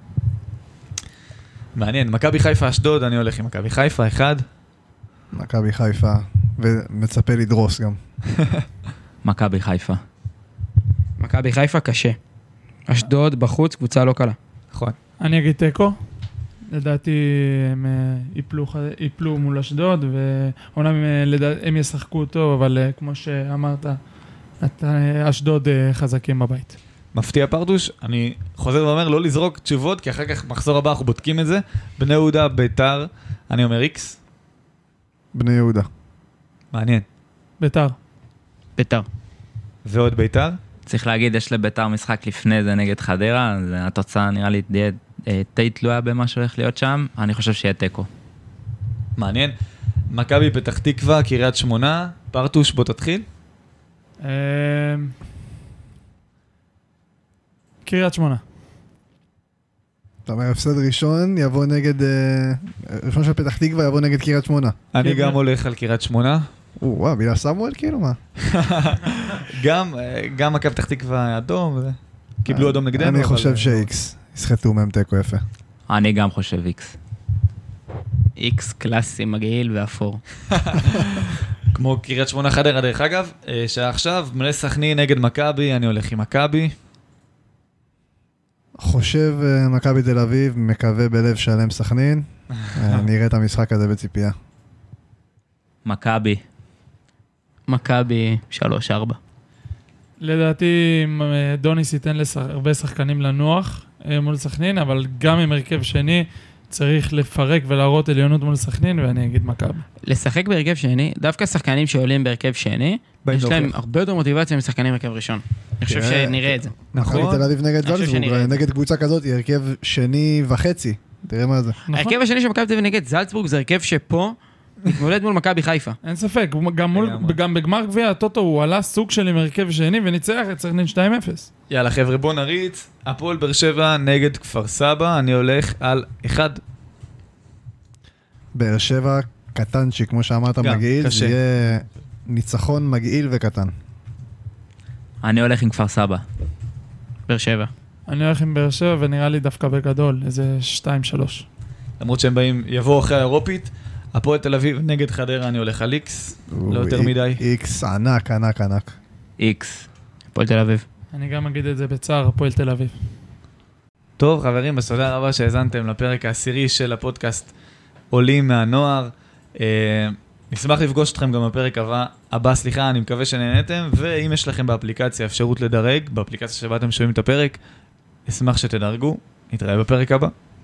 מעניין, מכבי חיפה אשדוד, אני הולך עם מכבי חיפה, אחד. מכבי חיפה, ומצפה לדרוס גם. מכבי חיפה. מכבי חיפה קשה. אשדוד בחוץ, קבוצה לא קלה. נכון. אני אגיד תיקו. לדעתי הם ייפלו מול אשדוד, ואומנם הם ישחקו טוב, אבל כמו שאמרת, אשדוד חזקים בבית. מפתיע פרדוש, אני חוזר ואומר לא לזרוק תשובות, כי אחר כך מחזור הבא אנחנו בודקים את זה. בני יהודה, ביתר, אני אומר איקס. בני יהודה. מעניין. ביתר. ביתר. ועוד ביתר. צריך להגיד, יש לביתר משחק לפני זה נגד חדרה, אז התוצאה נראה לי די תלויה במה שהולך להיות שם, אני חושב שיהיה תיקו. מעניין. מכבי פתח תקווה, קריית שמונה, פרטוש, בוא תתחיל. קריית שמונה. אתה אומר, הפסד ראשון יבוא נגד... ראשון של פתח תקווה יבוא נגד קריית שמונה. אני גם הולך על קריית שמונה. וואו, בגלל סמואל כאילו, מה? גם מכבי פתח תקווה אדום, קיבלו אדום נגדנו. אני חושב שאיקס, יסחטו מהם תיקו יפה. אני גם חושב איקס. איקס קלאסי, מגעיל ואפור. כמו קריית שמונה חדרה דרך אגב, שעכשיו מלא סכנין נגד מכבי, אני הולך עם מכבי. חושב מכבי תל אביב, מקווה בלב שלם סכנין. נראה את המשחק הזה בציפייה. מכבי. מכבי 3-4. לדעתי דוניס ייתן הרבה שחקנים לנוח מול סכנין, אבל גם עם הרכב שני צריך לפרק ולהראות עליונות מול סכנין, ואני אגיד מכבי. לשחק בהרכב שני, דווקא שחקנים שעולים בהרכב שני, יש להם הרבה יותר מוטיבציה משחקנים בהרכב ראשון. אני חושב שנראה את זה. מכבי תל אביב נגד זלצבורג, נגד קבוצה כזאת, היא הרכב שני וחצי. תראה מה זה. ההרכב השני של מכבי תל אביב נגד זלצבורג זה הרכב שפה מתמודד מול מכבי חיפה. אין ספק, גם בגמר גביע הטוטו הוא עלה סוג של עם הרכב שני וניצח את סכנין 2-0. יאללה חבר'ה, בוא נריץ. הפועל באר שבע נגד כפר סבא, אני הולך על 1. באר שבע קטנצ'י, כמו שאמרת, מגעיל, זה יהיה ניצחון מגעיל וקטן. אני הולך עם כפר סבא. באר שבע. אני הולך עם באר שבע ונראה לי דווקא בגדול, איזה 2-3. למרות שהם באים, יבואו אחרי האירופית. הפועל תל אביב נגד חדרה, אני הולך על איקס, לא יותר מדי. איקס, ענק, ענק, ענק. איקס. הפועל תל אביב. אני גם אגיד את זה בצער, הפועל תל אביב. טוב חברים, אז תודה רבה שהאזנתם לפרק העשירי של הפודקאסט עולים מהנוער. נשמח לפגוש אתכם גם בפרק הבא, אני מקווה שנהנתם, ואם יש לכם באפליקציה אפשרות לדרג, באפליקציה שבה אתם שומעים את הפרק, אשמח שתדרגו, נתראה בפרק הבא.